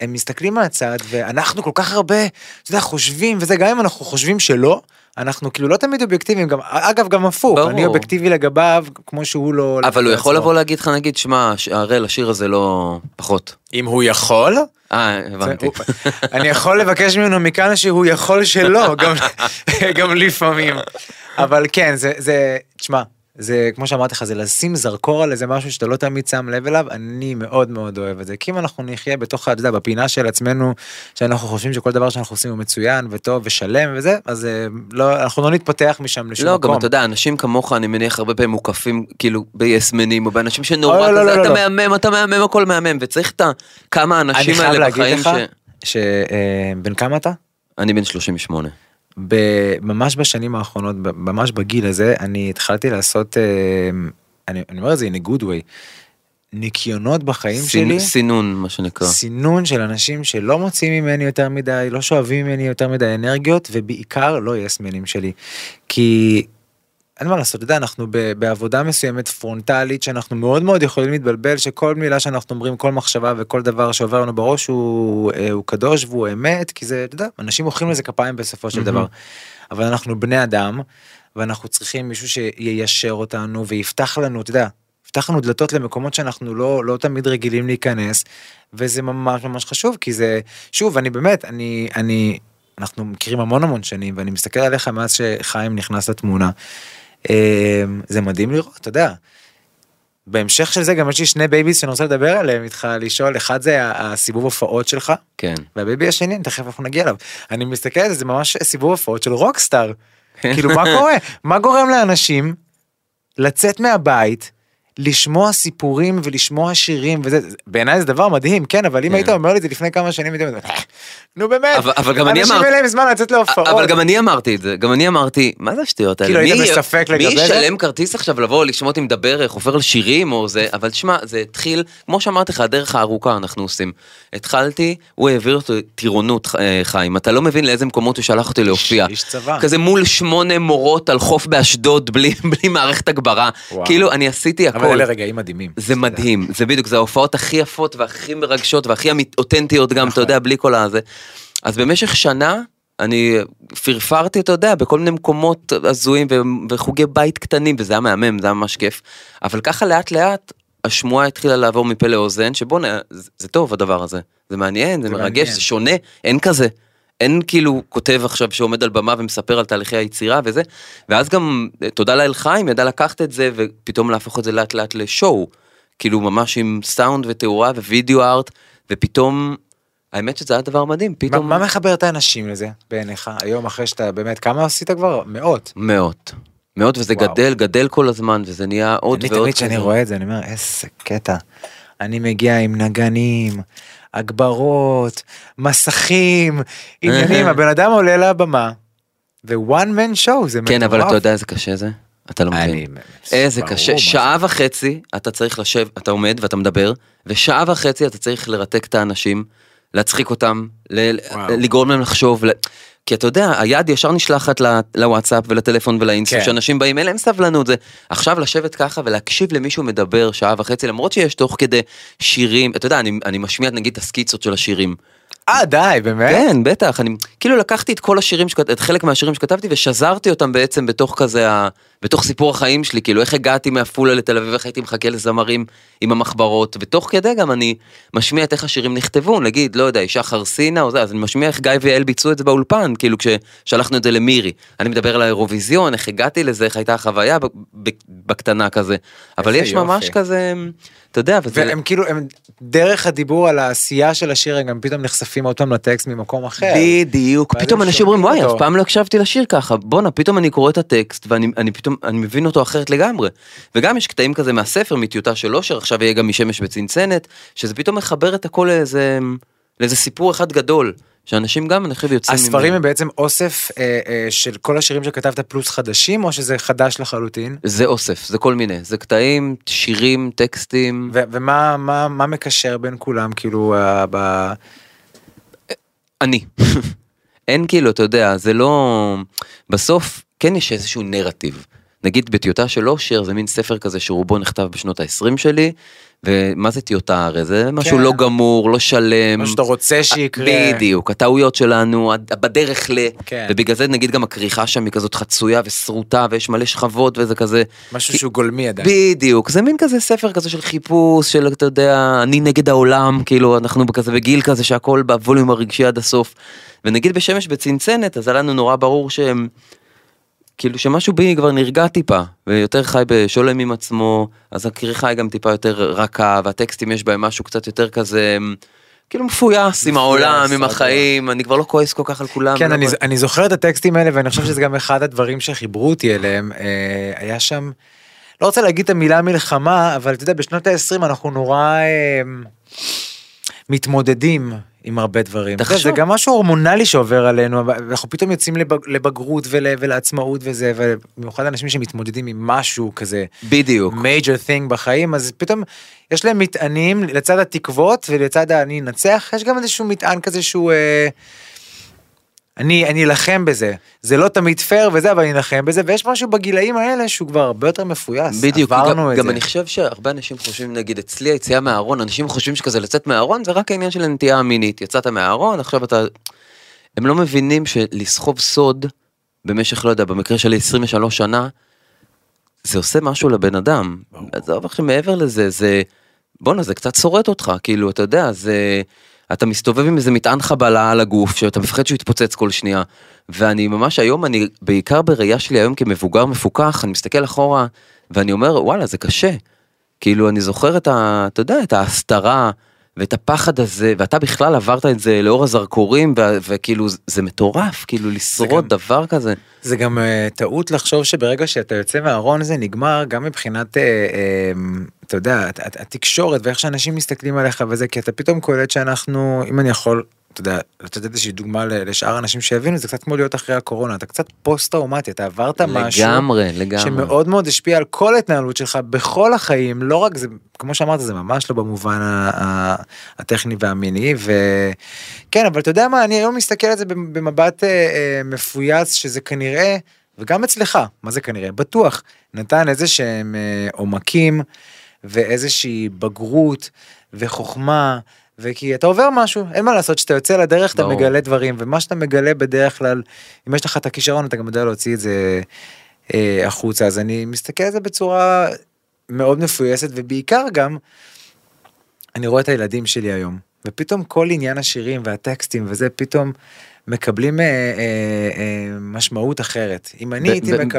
הם מסתכלים מהצד, ואנחנו כל כך הרבה, אתה יודע, חושבים, וזה גם אם אנחנו חושבים שלא, אנחנו כאילו לא תמיד אובייקטיביים, אגב גם הפוך, אני אובייקטיבי לגביו, כמו שהוא לא... אבל הוא יכול לבוא להגיד לך, נגיד, שמע, הראל, השיר הזה לא פחות. אם הוא יכול... הבנתי. אני יכול לבקש ממנו מכאן שהוא יכול שלא, גם לפעמים. אבל כן, זה, תשמע, זה, כמו שאמרתי לך, זה לשים זרקור על איזה משהו שאתה לא תמיד שם לב אליו, אני מאוד מאוד אוהב את זה, כי אם אנחנו נחיה בתוך, אתה יודע, בפינה של עצמנו, שאנחנו חושבים שכל דבר שאנחנו עושים הוא מצוין וטוב ושלם וזה, אז לא, אנחנו לא נתפתח משם לשום מקום. לא, גם אתה יודע, אנשים כמוך, אני מניח הרבה פעמים מוקפים, כאילו, ביסמנים, או באנשים שנורא כזה, אתה מהמם, הכל מהמם, וצריך את כמה אנשים האלה בחיים ש... אני חייב להגיד לך, בן כמה אתה? אני בן 38. ממש בשנים האחרונות, ממש בגיל הזה, אני התחלתי לעשות, אני אומר את זה in a good way, ניקיונות בחיים שלי. סינון, מה שנקרא. סינון של אנשים שלא מוצאים ממני יותר מדי, לא שואבים ממני יותר מדי אנרגיות, ובעיקר לא יסמנים שלי. כי... אין מה לעשות, אתה יודע, אנחנו בעבודה מסוימת פרונטלית, שאנחנו מאוד מאוד יכולים להתבלבל, שכל מילה שאנחנו אומרים, כל מחשבה וכל דבר שעובר לנו בראש, הוא קדוש והוא אמת, כי זה, אתה יודע, אנשים מוכרים לזה כפיים בסופו של דבר. אבל אנחנו בני אדם, ואנחנו צריכים מישהו שיישר אותנו, ויפתח לנו, אתה יודע, יפתח לנו דלתות למקומות שאנחנו לא תמיד רגילים להיכנס, וזה ממש ממש חשוב, כי זה, שוב, אני באמת, אנחנו מכירים המון שנים, ואני מסתכל עליך מאז שחיים נכנס לתמונה, זה מדהים לראות, אתה יודע. בהמשך של זה גם יש לי שני בייביס שאני רוצה לדבר עליהם איתך, לשאול, אחד זה הסיבוב הופעות שלך, כן. והבייבי השני, תכף אנחנו נגיע אליו. אני מסתכל על זה, זה ממש סיבוב הופעות של רוקסטאר. כאילו מה קורה? מה גורם לאנשים לצאת מהבית, לשמוע סיפורים ולשמוע שירים, וזה, בעיניי זה דבר מדהים, כן, אבל אם היית אומר לי את זה לפני כמה שנים, נו באמת, אנשים אליהם זמן לצאת להופעות. אבל גם אני אמרתי את זה, גם אני אמרתי, מה זה השטויות האלה? כאילו היית בספק לגבי זה? מי ישלם כרטיס עכשיו לבוא לשמוע אותי מדבר, חופר על שירים או זה, אבל תשמע, זה התחיל, כמו שאמרתי לך, הדרך הארוכה אנחנו עושים. התחלתי, הוא העביר אותו טירונות חיים, אתה לא מבין לאיזה מקומות הוא שלח אותי להופיע. איש צבא. כזה מול 8 מורות על חוף באשדוד, בלי מערכת הגברה. כאילו, אני עשיתי הכל. אבל אלה רגעים מדהימים. זה מדהים, זה בדיוק, זה ההופעות הכי יפות והכי מרגשות והכי אותנטיות גם, אתה יודע, בלי כל הזה. אז במשך שנה, אני פרפרתי, אתה יודע, בכל מיני מקומות הזויים וחוגי בית קטנים, וזה היה מהמם, זה היה ממש כיף. אבל ככה לאט לאט, השמועה התחילה לעבור מפה לאוזן, שבוא, זה טוב הדבר הזה. זה מעניין, זה מרגש, זה שונה, אין כזה. אין כאילו כותב עכשיו שעומד על במה ומספר על תהליכי היצירה וזה, ואז גם, תודה לאל חיים, ידע לקחת את זה, ופתאום להפוך את זה לאט לאט לשואו, כאילו ממש עם סאונד ותאורה ווידאו ארט, ופתאום, האמת שזה היה דבר מדהים, פתאום... מה מחבר את האנשים לזה בעיניך? היום אחרי שאתה באמת, כמה עשית כבר? מאות, וזה גדל כל הזמן, וזה נהיה עוד ועוד. אני תמיד שאני רואה את זה, אני אומר, איזה קטע. אני מגיע עם נגנים, הגברות, מסכים, עניינים, הבן אדם עולה לבמה, ו-one man show, זה מטורף. כן, אבל אתה יודע איזה קשה זה? אתה לא מבין. איזה קשה, שעה וחצי אתה צריך לשב, אתה עומד ואתה מדבר, ושעה וחצי אתה צריך לרתק את האנשים, להצחיק אותם, לגרום להם לחשוב, כי אתה יודע, היד ישר נשלחת לוואטסאפ ולטלפון ולאינסטגרם, שאנשים באים, אין להם סבלנות, זה עכשיו לשבת ככה ולהקשיב למישהו מדבר שעה וחצי, למרות שיש תוך כדי שירים, אתה יודע, אני משמיע נגיד את הסקיצות של השירים. די, באמת? כן, בטח, אני כאילו לקחתי את כל השירים, את חלק מהשירים שכתבתי ושזרתי אותם בעצם בתוך כזה, בתוך סיפור החיים שלי, כאילו איך הגעתי מעפולה לתל אביב, איך הייתי מחכה לזמרים עם המחברות, ותוך כדי גם אני משמיע את איך השירים נכתבו, נגיד, לא יודע, אישה חרסינה או זה, אז אני משמיע איך גיא ואל ביצעו את זה באולפן, כאילו כששלחנו את זה למירי, אני מדבר על האירוויזיון, איך הגעתי לזה, איך הייתה החוויה בקטנה כזה, אבל יש ממש כזה, אתה יודע, והם כאילו, הם דרך הדיבור על העשייה של השיר, הם גם פתאום נחשפים אותם לטקסט ממקום אחר. בדיוק, פתאום אנשים אומרים, וואי, אף פעם לא הקשבתי לשיר ככה, בונה, פתאום אני קורא את הטקסט, ואני פתאום, אני מבין אותו אחרת לגמרי, וגם יש קטעים כזה מהספר, מטיוטה של אושר, עכשיו יהיה גם משמש בצנצנת, שזה פתאום מחבר את הכל לאיזה סיפור אחד גדול, שאנשים גם, אני חושב, יוצאים... הספרים הם בעצם אוסף של כל השירים שכתבת פלוס חדשים, או שזה חדש לחלוטין? זה אוסף, זה כל מיני, זה קטעים, שירים, טקסטים. ומה מקשר בין כולם, כאילו, אני. אין כאילו, אתה יודע, זה לא... בסוף, כן יש איזשהו נרטיב. נגיד, בטיוטה של אושר, זה מין ספר כזה שרובו נכתב בשנות ה-20 שלי, ומה זה טיוטה? הרי זה משהו לא גמור, לא שלם. מה שאתה רוצה שיקרה. בדיוק, הטעויות שלנו, בדרך כן. ובגלל זה נגיד גם הכריכה שם היא כזאת חצויה וסרוטה, ויש מלא שכבות וזה כזה. משהו שהוא גולמי עדיין. בדיוק, זה מין כזה ספר כזה של חיפוש, של אתה יודע, אני נגד העולם, כאילו אנחנו כזה בגיל כזה שהכל בווליום הרגשי עד הסוף. ונגיד בשמש בצנצנת, אז היה לנו נורא ברור שהם, כאילו שמשהו בי כבר נרגע טיפה, ויותר חי בשולם עם עצמו, אז הכריכה היא גם טיפה יותר רכה, והטקסטים יש בהם משהו קצת יותר כזה, כאילו מפויס עם העולם, עם החיים, אני כבר לא כועס כל כך על כולם. כן, אני זוכר את הטקסטים האלה, ואני חושב שזה גם אחד הדברים שחיברו אותי אליהם, היה שם, לא רוצה להגיד את המילה מלחמה, אבל אתה יודע, בשנות ה-20 אנחנו נורא מתמודדים עם הרבה דברים. זה גם משהו הורמונלי שעובר עלינו, ואנחנו פתאום יוצאים לבגרות ולעצמאות וזה, ובמיוחד אנשים שמתמודדים עם משהו כזה, בדיוק. major thing בחיים, אז פתאום יש להם מטענים לצד התקוות ולצד אני אנצח, יש גם איזשהו מטען כזה שהוא, אני אלחם בזה, זה לא תמיד פייר וזה, אבל אני אלחם בזה, ויש משהו בגילאים האלה שהוא כבר הרבה יותר מפויס. בדיוק, גם אני חושב שהרבה אנשים חושבים, נגיד אצלי היציאה מהארון, אנשים חושבים שכזה לצאת מהארון, זה רק העניין של הנטייה המינית, יצאת מהארון, עכשיו הם לא מבינים שלסחוב סוד, במשך, לא יודע, במקרה שלי 23 שנה, זה עושה משהו לבן אדם, זה עובר שמעבר לזה, בונה, זה קצת שורט אותך, כאילו, אתה יודע, אתה מסתובב עם איזה מטען חבלה על הגוף, שאתה מפחד שהוא יתפוצץ כל שנייה, ואני ממש היום, אני בעיקר בראייה שלי היום כמבוגר מפוקח, אני מסתכל אחורה, ואני אומר, וואלה, זה קשה. כאילו, אני זוכר אתה יודע, את ההסתרה, ואת הפחד הזה, ואתה בכלל עברת את זה לאור הזרקורים, וכאילו, זה מטורף, כאילו, לשרוד דבר כזה. זה גם טעות לחשוב שברגע שאתה יוצא מהארון זה נגמר, גם מבחינת, אתה יודע, התקשורת, ואיך שאנשים מסתכלים עליך וזה, כי אתה פתאום קולט שאנחנו, אם אני יכול, אתה יודע, לתת איזושהי דוגמה לשאר אנשים שיבינו, זה קצת כמו להיות אחרי הקורונה, אתה קצת פוסט-טראומטי, אתה עברת משהו, לגמרי. שמאוד מאוד השפיע על כל ההתנהלות שלך, בכל החיים, לא רק זה, כמו שאמרת, זה ממש לא במובן הטכני והמיני, וכן, אבל אתה יודע מה, אני היום מסתכל על זה במבט מפויס, שזה כנראה, וגם אצלך, מה זה כנראה? בטוח, נתן איזה שהם עומקים, ואיזושהי בגרות, וחוכמה, וכי אתה עובר משהו, אין מה לעשות, שאתה יוצא לדרך, אתה מגלה דברים, ומה שאתה מגלה בדרך כלל, אם יש לך את הכישרון, אתה גם יודע להוציא את זה החוצה, אז אני מסתכל על זה בצורה מאוד מפויסת, ובעיקר גם, אני רואה את הילדים שלי היום, ופתאום כל עניין השירים והטקסטים וזה, פתאום מקבלים משמעות אחרת. אם אני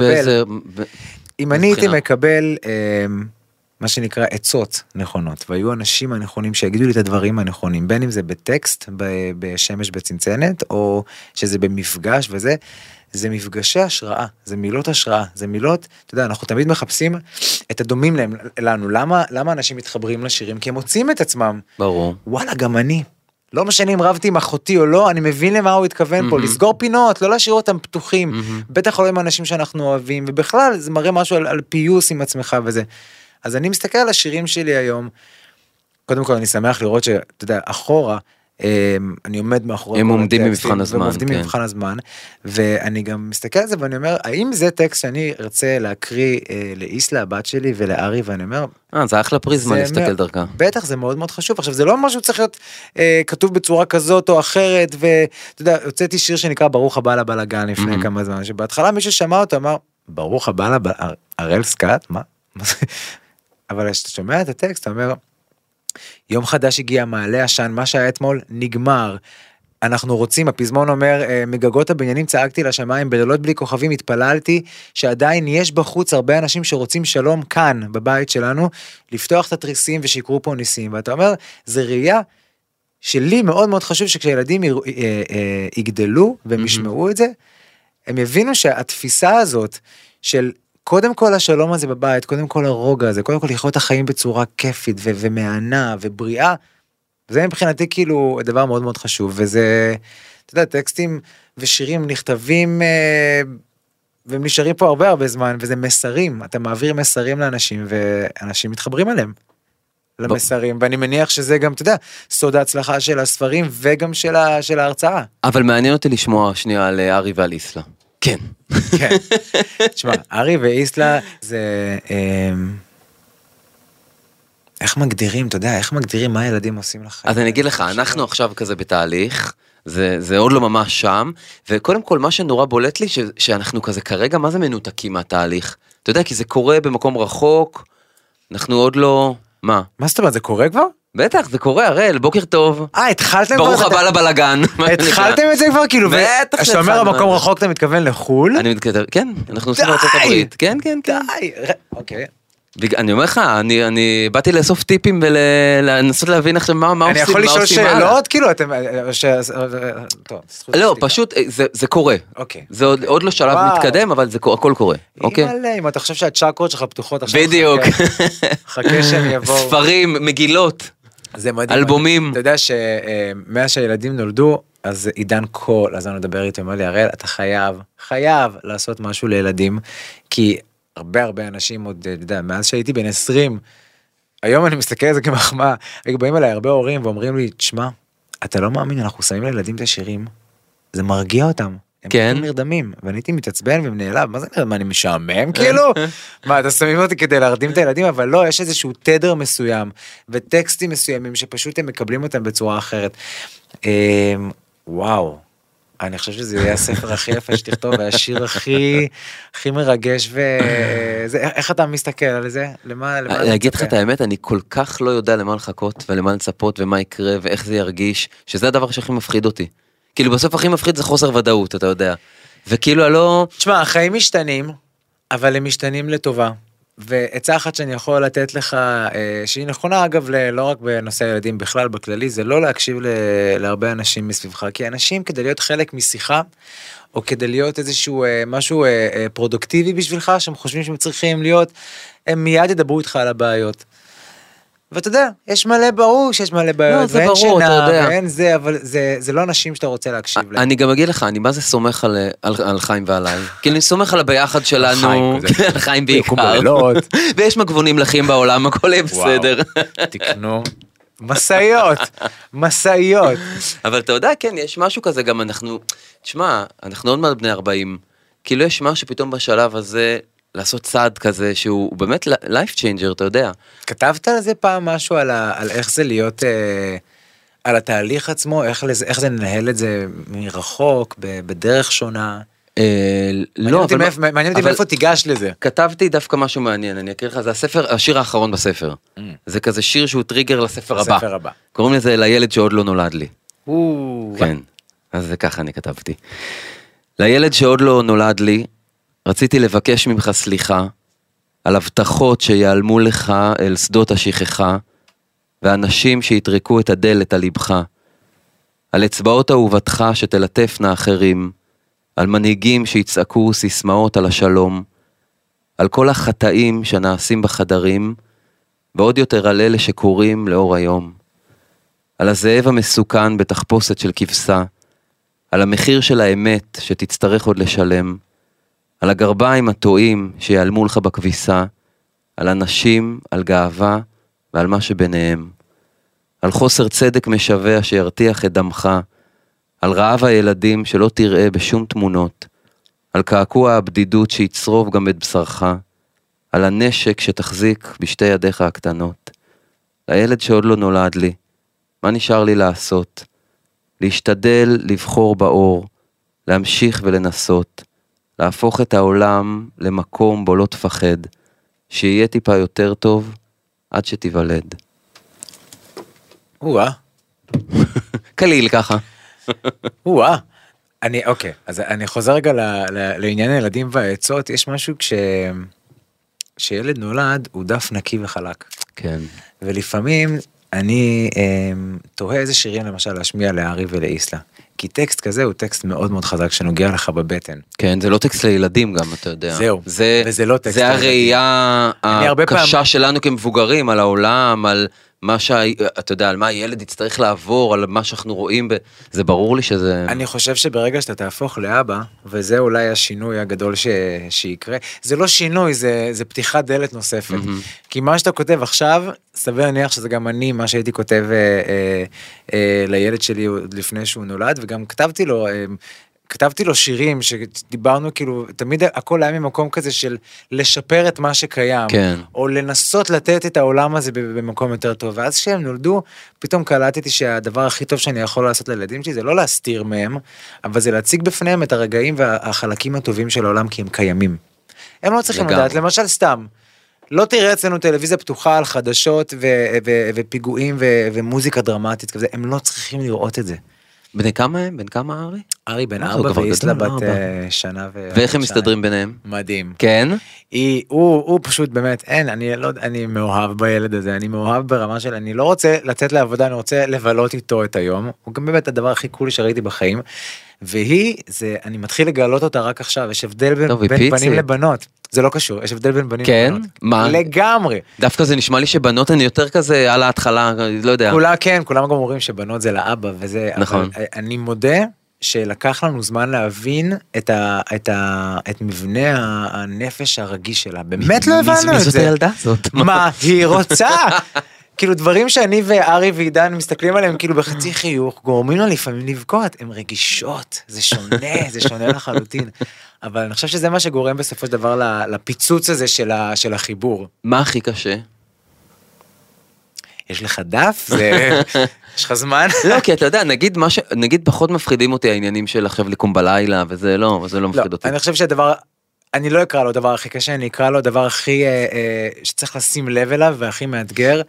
הייתי מקבל, מה שנקרא עצות נכונות, והיו אנשים הנכונים שיגידו לי את הדברים הנכונים, בין אם זה בטקסט, בשמש בצנצנת, או שזה במפגש וזה, זה מפגשי השראה, זה מילות השראה, זה מילות, אתה יודע, אנחנו תמיד מחפשים את הדומים לנו, למה אנשים מתחברים לשירים? כי הם מוצאים את עצמם. ברור. וואלה, גם אני. לא משנה אם רבתי עם אחותי או לא, אני מבין למה הוא התכוון פה, לסגור פינות, לא להשאיר אותם פתוחים, בטח לא עם אנשים שאנחנו אוהבים, ובכלל זה מראה משהו על פיוס עם עצמך וזה. אז אני מסתכל על השירים שלי היום, קודם כל אני שמח לראות שאתה יודע, אחורה, אני עומד מאחורי... הם עומדים במבחן הזמן. הם עומדים במבחן הזמן, ואני גם מסתכל על זה ואני אומר, האם זה טקסט שאני ארצה להקריא לאיסלה, הבת שלי, ולארי, ואני אומר... זה אחלה פריזמה להסתכל דרכה. בטח, זה מאוד מאוד חשוב. עכשיו, זה לא משהו צריך להיות כתוב בצורה כזאת או אחרת, ואתה יודע, הוצאתי שיר שנקרא ברוך הבא לבלגן לפני כמה זמן, שבהתחלה מי ששמע אותו אמר, ברוך הבא לבלגן, הראל סקאט, מה? אבל כשאתה שומע את הטקסט, אתה אומר, יום חדש הגיע, מעלה עשן, מה שהיה אתמול נגמר, אנחנו רוצים, הפזמון אומר, מגגות הבניינים צעקתי לשמיים, בלילות בלי כוכבים התפללתי, שעדיין יש בחוץ הרבה אנשים שרוצים שלום כאן, בבית שלנו, לפתוח את התריסים ושיקרו פה ניסים, ואתה אומר, זה ראייה שלי מאוד מאוד חשוב, שכשילדים יגדלו והם ישמעו את זה, הם יבינו שהתפיסה הזאת של קודם כל השלום הזה בבית, קודם כל הרוגע הזה, קודם כל לחיות את החיים בצורה כיפית ומענה ובריאה, זה מבחינתי כאילו דבר מאוד מאוד חשוב, וזה, אתה יודע, טקסטים ושירים נכתבים, והם נשארים פה הרבה זמן, וזה מסרים, אתה מעביר מסרים לאנשים, ואנשים מתחברים עליהם, למסרים, ואני מניח שזה גם, אתה יודע, סוד ההצלחה של הספרים, וגם של ההרצאה. אבל מעניין אותי לשמוע שנייה על ארי ועל איסלה. כן. כן. תשמע, ארי ואיסלה זה... איך מגדירים, אתה יודע, איך מגדירים מה הילדים עושים לך? אז אני אגיד לך, אנחנו עכשיו כזה בתהליך, זה עוד לא ממש שם, וקודם כל מה שנורא בולט לי, שאנחנו כזה כרגע, מה זה מנותקים מהתהליך? אתה יודע, כי זה קורה במקום רחוק, אנחנו עוד לא, מה? מה זאת אומרת, זה קורה כבר? בטח, זה קורה, הראל, בוקר טוב. התחלתם כבר? ברוך הבא לבלגן. התחלתם את זה כבר, כאילו, בטח כשאתה אומר המקום רחוק, אתה מתכוון לחול? אני מתכתב, כן, אנחנו עושים בארצות הברית. כן, כן, כן. די, אוקיי. אני אומר לך, אני באתי לאסוף טיפים ולנסות להבין עכשיו מה עושים, אני יכול לשאול שאלות, כאילו, אתם... לא, פשוט, זה קורה. אוקיי. זה עוד לא שלב מתקדם, אבל הכל קורה. אוקיי? אם אתה חושב שהצ'קרות שלך פתוחות עכשיו... בדיוק. חכה שהם יבואו. ספרים, מגילות. זה מדהים. אלבומים. אתה יודע שמאז שהילדים נולדו, אז עידן כל הזמן מדבר איתי, אומר לי, הראל, אתה חייב לעשות משהו לילדים, כי הרבה אנשים עוד, אתה יודע, מאז שהייתי בן 20, היום אני מסתכל על זה כמחמאה, באים אליי הרבה הורים ואומרים לי, תשמע, אתה לא מאמין, אנחנו שמים לילדים את השירים, זה מרגיע אותם. הם כן. נרדמים, ואני הייתי מתעצבן ונעלב, מה זה נרדם? מה, אני משעמם כאילו? מה, אתה שמים אותי כדי להרדים את הילדים, אבל לא, יש איזשהו תדר מסוים, וטקסטים מסוימים, שפשוט הם מקבלים אותם בצורה אחרת. וואו, אני חושב שזה יהיה הספר הכי יפה שתכתוב, והשיר הכי מרגש, איך אתה מסתכל על זה? אני אגיד לך את האמת, אני כל כך לא יודע למה לחכות, ולמה לצפות, ומה יקרה, ואיך זה ירגיש, שזה הדבר שהכי מפחיד אותי. כאילו בסוף הכי מפחיד זה חוסר ודאות, אתה יודע. וכאילו הלא... תשמע, החיים משתנים, אבל הם משתנים לטובה. ועצה אחת שאני יכול לתת לך, שהיא נכונה אגב, לא רק בנושא הילדים בכלל, בכללי, זה לא להקשיב להרבה אנשים מסביבך, כי אנשים כדי להיות חלק משיחה, או כדי להיות איזשהו משהו פרודוקטיבי בשבילך, שהם חושבים שהם צריכים להיות, הם מיד ידברו איתך על הבעיות. ואתה יודע, יש מלא ברור שיש מלא בעיות, זה ברור, אתה יודע. ואין זה, אבל זה לא אנשים שאתה רוצה להקשיב להם. אני גם אגיד לך, אני מה זה סומך על חיים ועליי. כאילו אני סומך על הביחד שלנו, על חיים בעיקר. ויש מגבונים לחיים בעולם, הכל יהיה בסדר. תקנו. מסעיות. אבל אתה יודע, כן, יש משהו כזה, גם אנחנו, תשמע, אנחנו עוד מעט בני 40, כאילו יש משהו פתאום בשלב הזה, לעשות צעד כזה שהוא באמת life changer, אתה יודע. כתבת על זה פעם משהו על איך זה להיות, על התהליך עצמו, איך זה לנהל את זה מרחוק, בדרך שונה? לא, אבל... מעניין אותי מאיפה תיגש לזה. כתבתי דווקא משהו מעניין, אני אקריא לך, זה השיר האחרון בספר. זה כזה שיר שהוא טריגר לספר הבא. קוראים לזה לילד שעוד לא נולד לי. כן, אז זה ככה אני כתבתי. לילד שעוד לא נולד לי, רציתי לבקש ממך סליחה על הבטחות שיעלמו לך אל שדות השכחה, ואנשים שיתרקו את הדלת על ליבך, על אצבעות אהובתך שתלטפנה אחרים, על מנהיגים שיצעקו סיסמאות על השלום, על כל החטאים שנעשים בחדרים, ועוד יותר על אלה שקורים לאור היום, על הזאב המסוכן בתחפושת של כבשה, על המחיר של האמת שתצטרך עוד לשלם, על הגרביים הטועים שיעלמו לך בכביסה, על אנשים, על גאווה ועל מה שביניהם, על חוסר צדק משווה שירתיח את דמך, על רעב הילדים שלא תראה בשום תמונות, על קעקוע הבדידות שיצרוב גם את בשרך, על הנשק שתחזיק בשתי ידיך הקטנות. לילד שעוד לא נולד לי, מה נשאר לי לעשות? להשתדל לבחור באור, להמשיך ולנסות, להפוך את העולם למקום בו לא תפחד, שיהיה טיפה יותר טוב עד שתיוולד. קליל ככה. אוקיי, אז אני חוזר רגע לעניין הילדים והעצות, יש משהו כשילד נולד הוא דף נקי וחלק. כן. ולפעמים אני תוהה איזה שירים למשל להשמיע לארי ולאיסלה. כי טקסט כזה הוא טקסט מאוד מאוד חזק שנוגע לך בבטן. כן, זה לא טקסט לילדים גם, אתה יודע. זהו, וזה לא טקסט לילדים. זה הראייה הקשה שלנו כמבוגרים על העולם, על מה אתה יודע, על מה הילד יצטרך לעבור, על מה שאנחנו רואים, זה ברור לי שזה... אני חושב שברגע שאתה תהפוך לאבא, וזה אולי השינוי הגדול שיקרה, זה לא שינוי, זה פתיחת דלת נוספת. כי מה שאתה כותב עכשיו, סביר להניח שזה גם אני, מה שהייתי כותב לילד שלי לפני שהוא נולד, וגם כתבתי לו כתבתי לו שירים שדיברנו כאילו, תמיד הכל היה ממקום כזה של לשפר את מה שקיים, כן. או לנסות לתת את העולם הזה במקום יותר טוב, ואז כשהם נולדו, פתאום קלטתי שהדבר הכי טוב שאני יכול לעשות לילדים שלי, זה לא להסתיר מהם, אבל זה להציג בפניהם את הרגעים והחלקים הטובים של העולם, כי הם קיימים. הם לא צריכים לדעת, למשל סתם, לא תראה אצלנו טלוויזיה פתוחה על חדשות ופיגועים ומוזיקה דרמטית כזה, הם לא צריכים לראות את זה. בני כמה הם? בן כמה ארי? ארי בן 4 ואיסלה בת שנה ואיך הם מסתדרים ביניהם? מדהים. כן? הוא פשוט באמת, אני מאוהב בילד הזה, אני מאוהב ברמה של, אני לא רוצה לצאת לעבודה, אני רוצה לבלות איתו את היום, הוא גם באמת הדבר הכי קולי שראיתי בחיים, אני מתחיל לגלות אותה רק עכשיו, יש הבדל בין בנים לבנות, זה לא קשור, יש הבדל בין בנים לבנות. כן? מה? לגמרי. דווקא זה נשמע לי שבנות הן יותר כזה על ההתחלה, לא יודע. כולם גם אומרים שבנות זה לאבא וזה, נכון. אבל אני מודה שלקח לנו זמן להבין את מבנה הנפש הרגיש שלה, באמת לא הבנו את זה. מי זאת הילדה הזאת? מה היא רוצה? כאילו דברים שאני וארי ועידן מסתכלים עליהם כאילו בחצי חיוך, גורמים לה לפעמים לבכות, הן רגישות, זה שונה לחלוטין, אבל אני חושב שזה מה שגורם בסופו של דבר לפיצוץ הזה של החיבור. מה הכי קשה? יש לך דף? יש לך זמן? לא, כי אתה יודע, נגיד פחות מפחידים אותי העניינים של עכשיו לקום בלילה, וזה לא מפחיד אותי. אני חושב שהדבר, אני לא אקרא לו הדבר הכי קשה, אני אקרא לו הדבר הכי, שצריך לשים לב אליו, והכי מאתגר,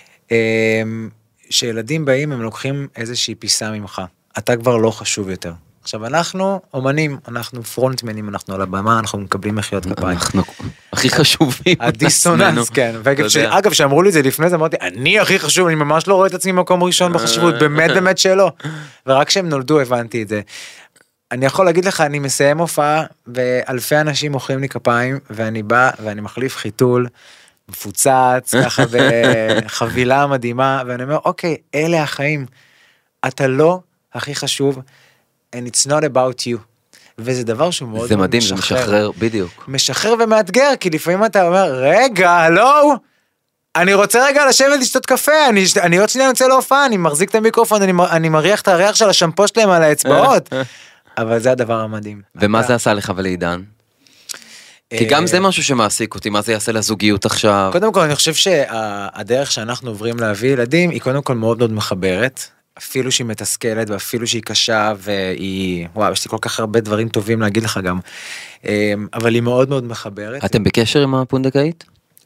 שילדים באים, הם לוקחים איזושהי פיסה ממך. אתה כבר לא חשוב יותר. עכשיו, אנחנו אומנים, אנחנו פרונטמנים, אנחנו על הבמה, אנחנו מקבלים מחיאות כפיים. אנחנו הכי חשובים. הדיסוננס, כן. אגב, שאמרו לי את זה לפני זה, אמרתי, אני הכי חשוב, אני ממש לא רואה את עצמי במקום ראשון בחשיבות, באמת שלא. ורק כשהם נולדו, הבנתי את זה. אני יכול להגיד לך, אני מסיים הופעה, ואלפי אנשים מוחאים לי כפיים, ואני בא, ואני מחליף חיתול, מפוצץ, ככה בחבילה מדהימה, ואני אומר, אוקיי, אלה החיים. אתה לא הכי חשוב, and it's not about you. וזה דבר שהוא מאוד משחרר. זה מדהים, זה משחרר, בדיוק. משחרר ומאתגר, כי לפעמים אתה אומר, רגע, הלו, אני רוצה רגע לשבת לשתות קפה, אני עוד שניה יוצא להופעה, אני מחזיק את המיקרופון, אני מריח את הריח של השמפו שלהם על האצבעות, אבל זה הדבר המדהים. ומה זה עשה לך ולעידן? כי גם זה משהו שמעסיק אותי, מה זה יעשה לזוגיות עכשיו? קודם כל, אני חושב שהדרך שאנחנו עוברים להביא ילדים, היא קודם כל מאוד מאוד מחברת, אפילו שהיא מתסכלת, ואפילו שהיא קשה, וואו, יש לי כל כך הרבה דברים טובים להגיד לך גם, אבל היא מאוד מאוד מחברת. אתם בקשר עם הפונדקאית?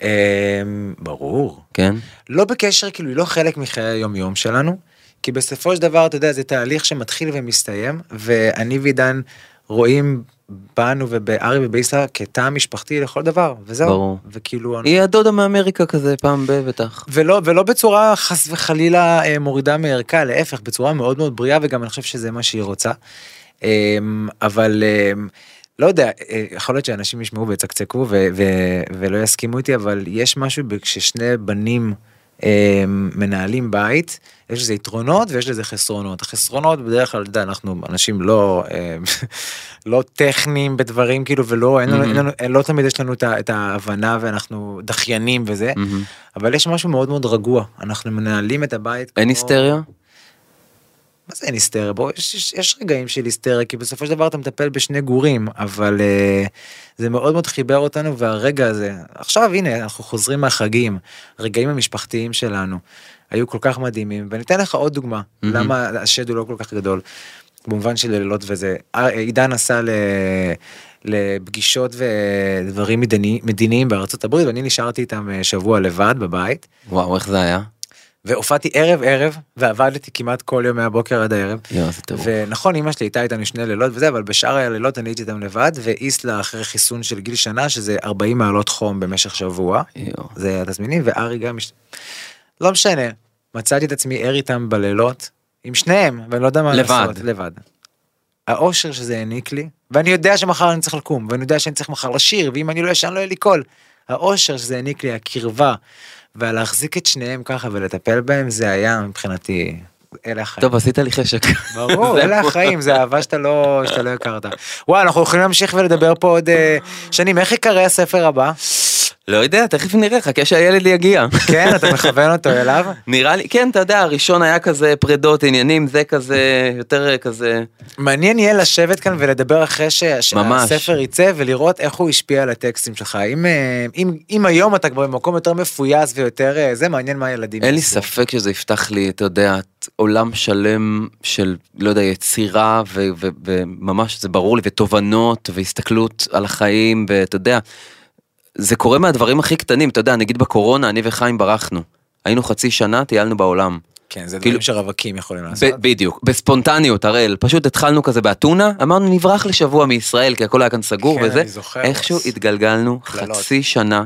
ברור. כן? לא בקשר, כאילו, היא לא חלק מחיי היום-יום שלנו, כי בסופו של דבר, אתה יודע, זה תהליך שמתחיל ומסתיים, ואני ועידן רואים בנו ובארי ובאיסלה כטעם משפחתי לכל דבר, וזהו. ברור. וכאילו... היא הדודה מאמריקה כזה, פעם בטח. ולא בצורה חס וחלילה מורידה מערכה, להפך, בצורה מאוד מאוד בריאה, וגם אני חושב שזה מה שהיא רוצה. אבל... לא יודע, יכול להיות שאנשים ישמעו ויצקצקו ולא יסכימו איתי, אבל יש משהו כששני בנים מנהלים בית, יש לזה יתרונות ויש לזה חסרונות. החסרונות בדרך כלל, אנחנו אנשים לא טכניים בדברים כאילו, ולא תמיד יש לנו את ההבנה ואנחנו דחיינים וזה, אבל יש משהו מאוד מאוד רגוע, אנחנו מנהלים את הבית. אין היסטריה? מה זה אין היסטריה? בוא, יש רגעים של היסטריה, כי בסופו של דבר אתה מטפל בשני גורים, אבל זה מאוד מאוד חיבר אותנו, והרגע הזה, עכשיו הנה, אנחנו חוזרים מהחגים, הרגעים המשפחתיים שלנו, היו כל כך מדהימים, ואני אתן לך עוד דוגמה, למה השד הוא לא כל כך גדול, במובן של לילות וזה, עידן נסע לפגישות ודברים מדיניים בארצות הברית, ואני נשארתי איתם שבוע לבד בבית. וואו, איך זה היה? והופעתי ערב, ועבדתי כמעט כל יום מהבוקר עד הערב. ונכון, אמא שלי הייתה איתנו 2 לילות וזה, אבל בשאר הלילות אני הייתי איתם לבד, ואיסלה אחרי חיסון של גיל שנה, שזה 40 מעלות חום במשך שבוע. זה התזמינים, וארי גם... לא משנה, מצאתי את עצמי ער איתם בלילות, עם שניהם, ואני לא יודע מה לעשות. לבד. האושר שזה העניק לי, ואני יודע שמחר אני צריך לקום, ואני יודע שאני צריך מחר לשיר, ואם אני לא ישן לא יהיה לי קול. האושר שזה העניק לי, הקרבה, ולהחזיק את שניהם ככה ולטפל בהם, זה היה מבחינתי, אלה החיים. טוב, עשית לי חשק. ברור, אלה החיים, זה אהבה שאתה לא הכרת. וואי, אנחנו יכולים להמשיך ולדבר פה עוד שנים, איך יקרא הספר הבא? לא יודע, תכף נראה, חכה שהילד יגיע. כן, אתה מכוון אותו אליו? נראה לי, כן, אתה יודע, הראשון היה כזה פרדות, עניינים, זה כזה, יותר כזה... מעניין יהיה לשבת כאן ולדבר אחרי שהספר יצא, ולראות איך הוא השפיע על הטקסטים שלך. אם היום אתה כבר במקום יותר מפויס ויותר, זה מעניין מה הילדים. אין לי ספק שזה יפתח לי, אתה יודע, עולם שלם של, לא יודע, יצירה, וממש זה ברור לי, ותובנות, והסתכלות על החיים, ואתה יודע, זה קורה מהדברים הכי קטנים, אתה יודע, נגיד בקורונה, אני וחיים ברחנו. היינו חצי שנה, טיילנו בעולם. כן, זה דברים שרווקים יכולים לעשות. בדיוק, בספונטניות, הראל. פשוט התחלנו כזה באתונה, אמרנו נברח לשבוע מישראל, כי הכל היה כאן סגור וזה. איכשהו התגלגלנו חצי שנה,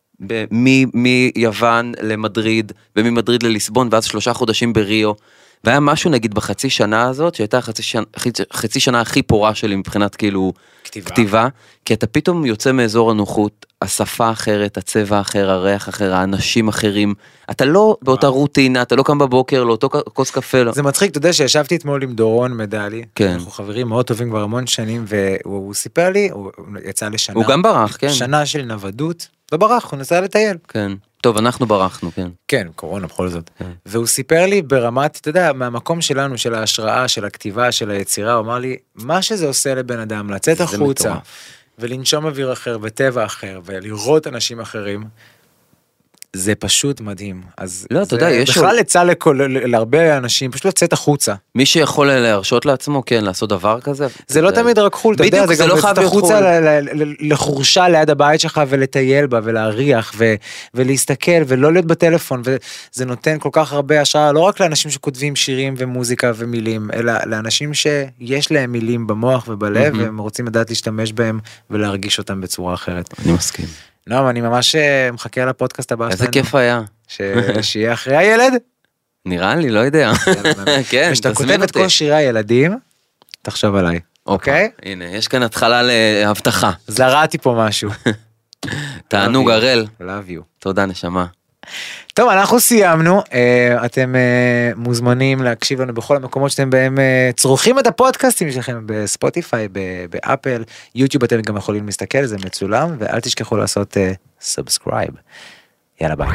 מיוון למדריד, וממדריד לליסבון, ואז 3 חודשים בריו. והיה משהו נגיד בחצי שנה הזאת, שהייתה חצי שנה הכי פורה שלי מבחינת כאילו כתיבה, כי אתה פתאום יוצא מאזור הנוחות, השפה אחרת, הצבע אחר, הריח אחר, האנשים אחרים, אתה לא באותה רוטינה, אתה לא קם בבוקר, לא אותו כוס קפה, לא. זה מצחיק, אתה יודע שישבתי אתמול עם דורון מדלי, כן. אנחנו חברים מאוד טובים כבר המון שנים, והוא סיפר לי, הוא יצא לשנה. הוא גם ברח, כן. שנה של נוודות, וברח, הוא נסע לטייל. כן. טוב, אנחנו ברחנו, כן. כן, קורונה בכל זאת. והוא סיפר לי ברמת, אתה יודע, מהמקום שלנו, של ההשראה, של הכתיבה, של היצירה, הוא אמר לי, מה שזה עושה לבן אדם, לצאת החוצה, ולנשום אוויר אחר, וטבע אחר, ולראות אנשים אחרים, זה פשוט מדהים. אז לא, אתה יודע, יש... בכלל יצא להרבה אנשים, פשוט לצאת החוצה. מי שיכול להרשות לעצמו, כן, לעשות דבר כזה. זה לא תמיד רק חול, אתה יודע, זה גם לצאת החוצה לחורשה ליד הבית שלך, ולטייל בה, ולהריח, ולהסתכל, ולא להיות בטלפון, וזה נותן כל כך הרבה השראה, לא רק לאנשים שכותבים שירים ומוזיקה ומילים, אלא לאנשים שיש להם מילים במוח ובלב, והם רוצים לדעת להשתמש בהם, ולהרגיש אותם בצורה אחרת. אני מסכים. נועם, אני ממש מחכה לפודקאסט הבא שלנו. איזה כיף היה. שיהיה אחרי הילד? נראה לי, לא יודע. כן, ושאתה כותב את כל שירי הילדים, תחשוב עליי. אוקיי? הנה, יש כאן התחלה להבטחה. זרעתי פה משהו. תענוג הראל. Love you. תודה, נשמה. טוב, אנחנו סיימנו, אתם מוזמנים להקשיב לנו בכל המקומות שאתם בהם צורכים את הפודקאסטים שלכם, בספוטיפיי, באפל, יוטיוב אתם גם יכולים להסתכל, זה מצולם, ואל תשכחו לעשות סאבסקרייב. יאללה ביי.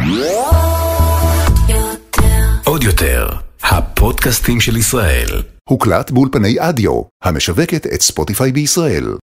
עוד יותר, הפודקאסטים של ישראל. הוקלט באולפני אדיו, המשווקת את ספוטיפיי בישראל.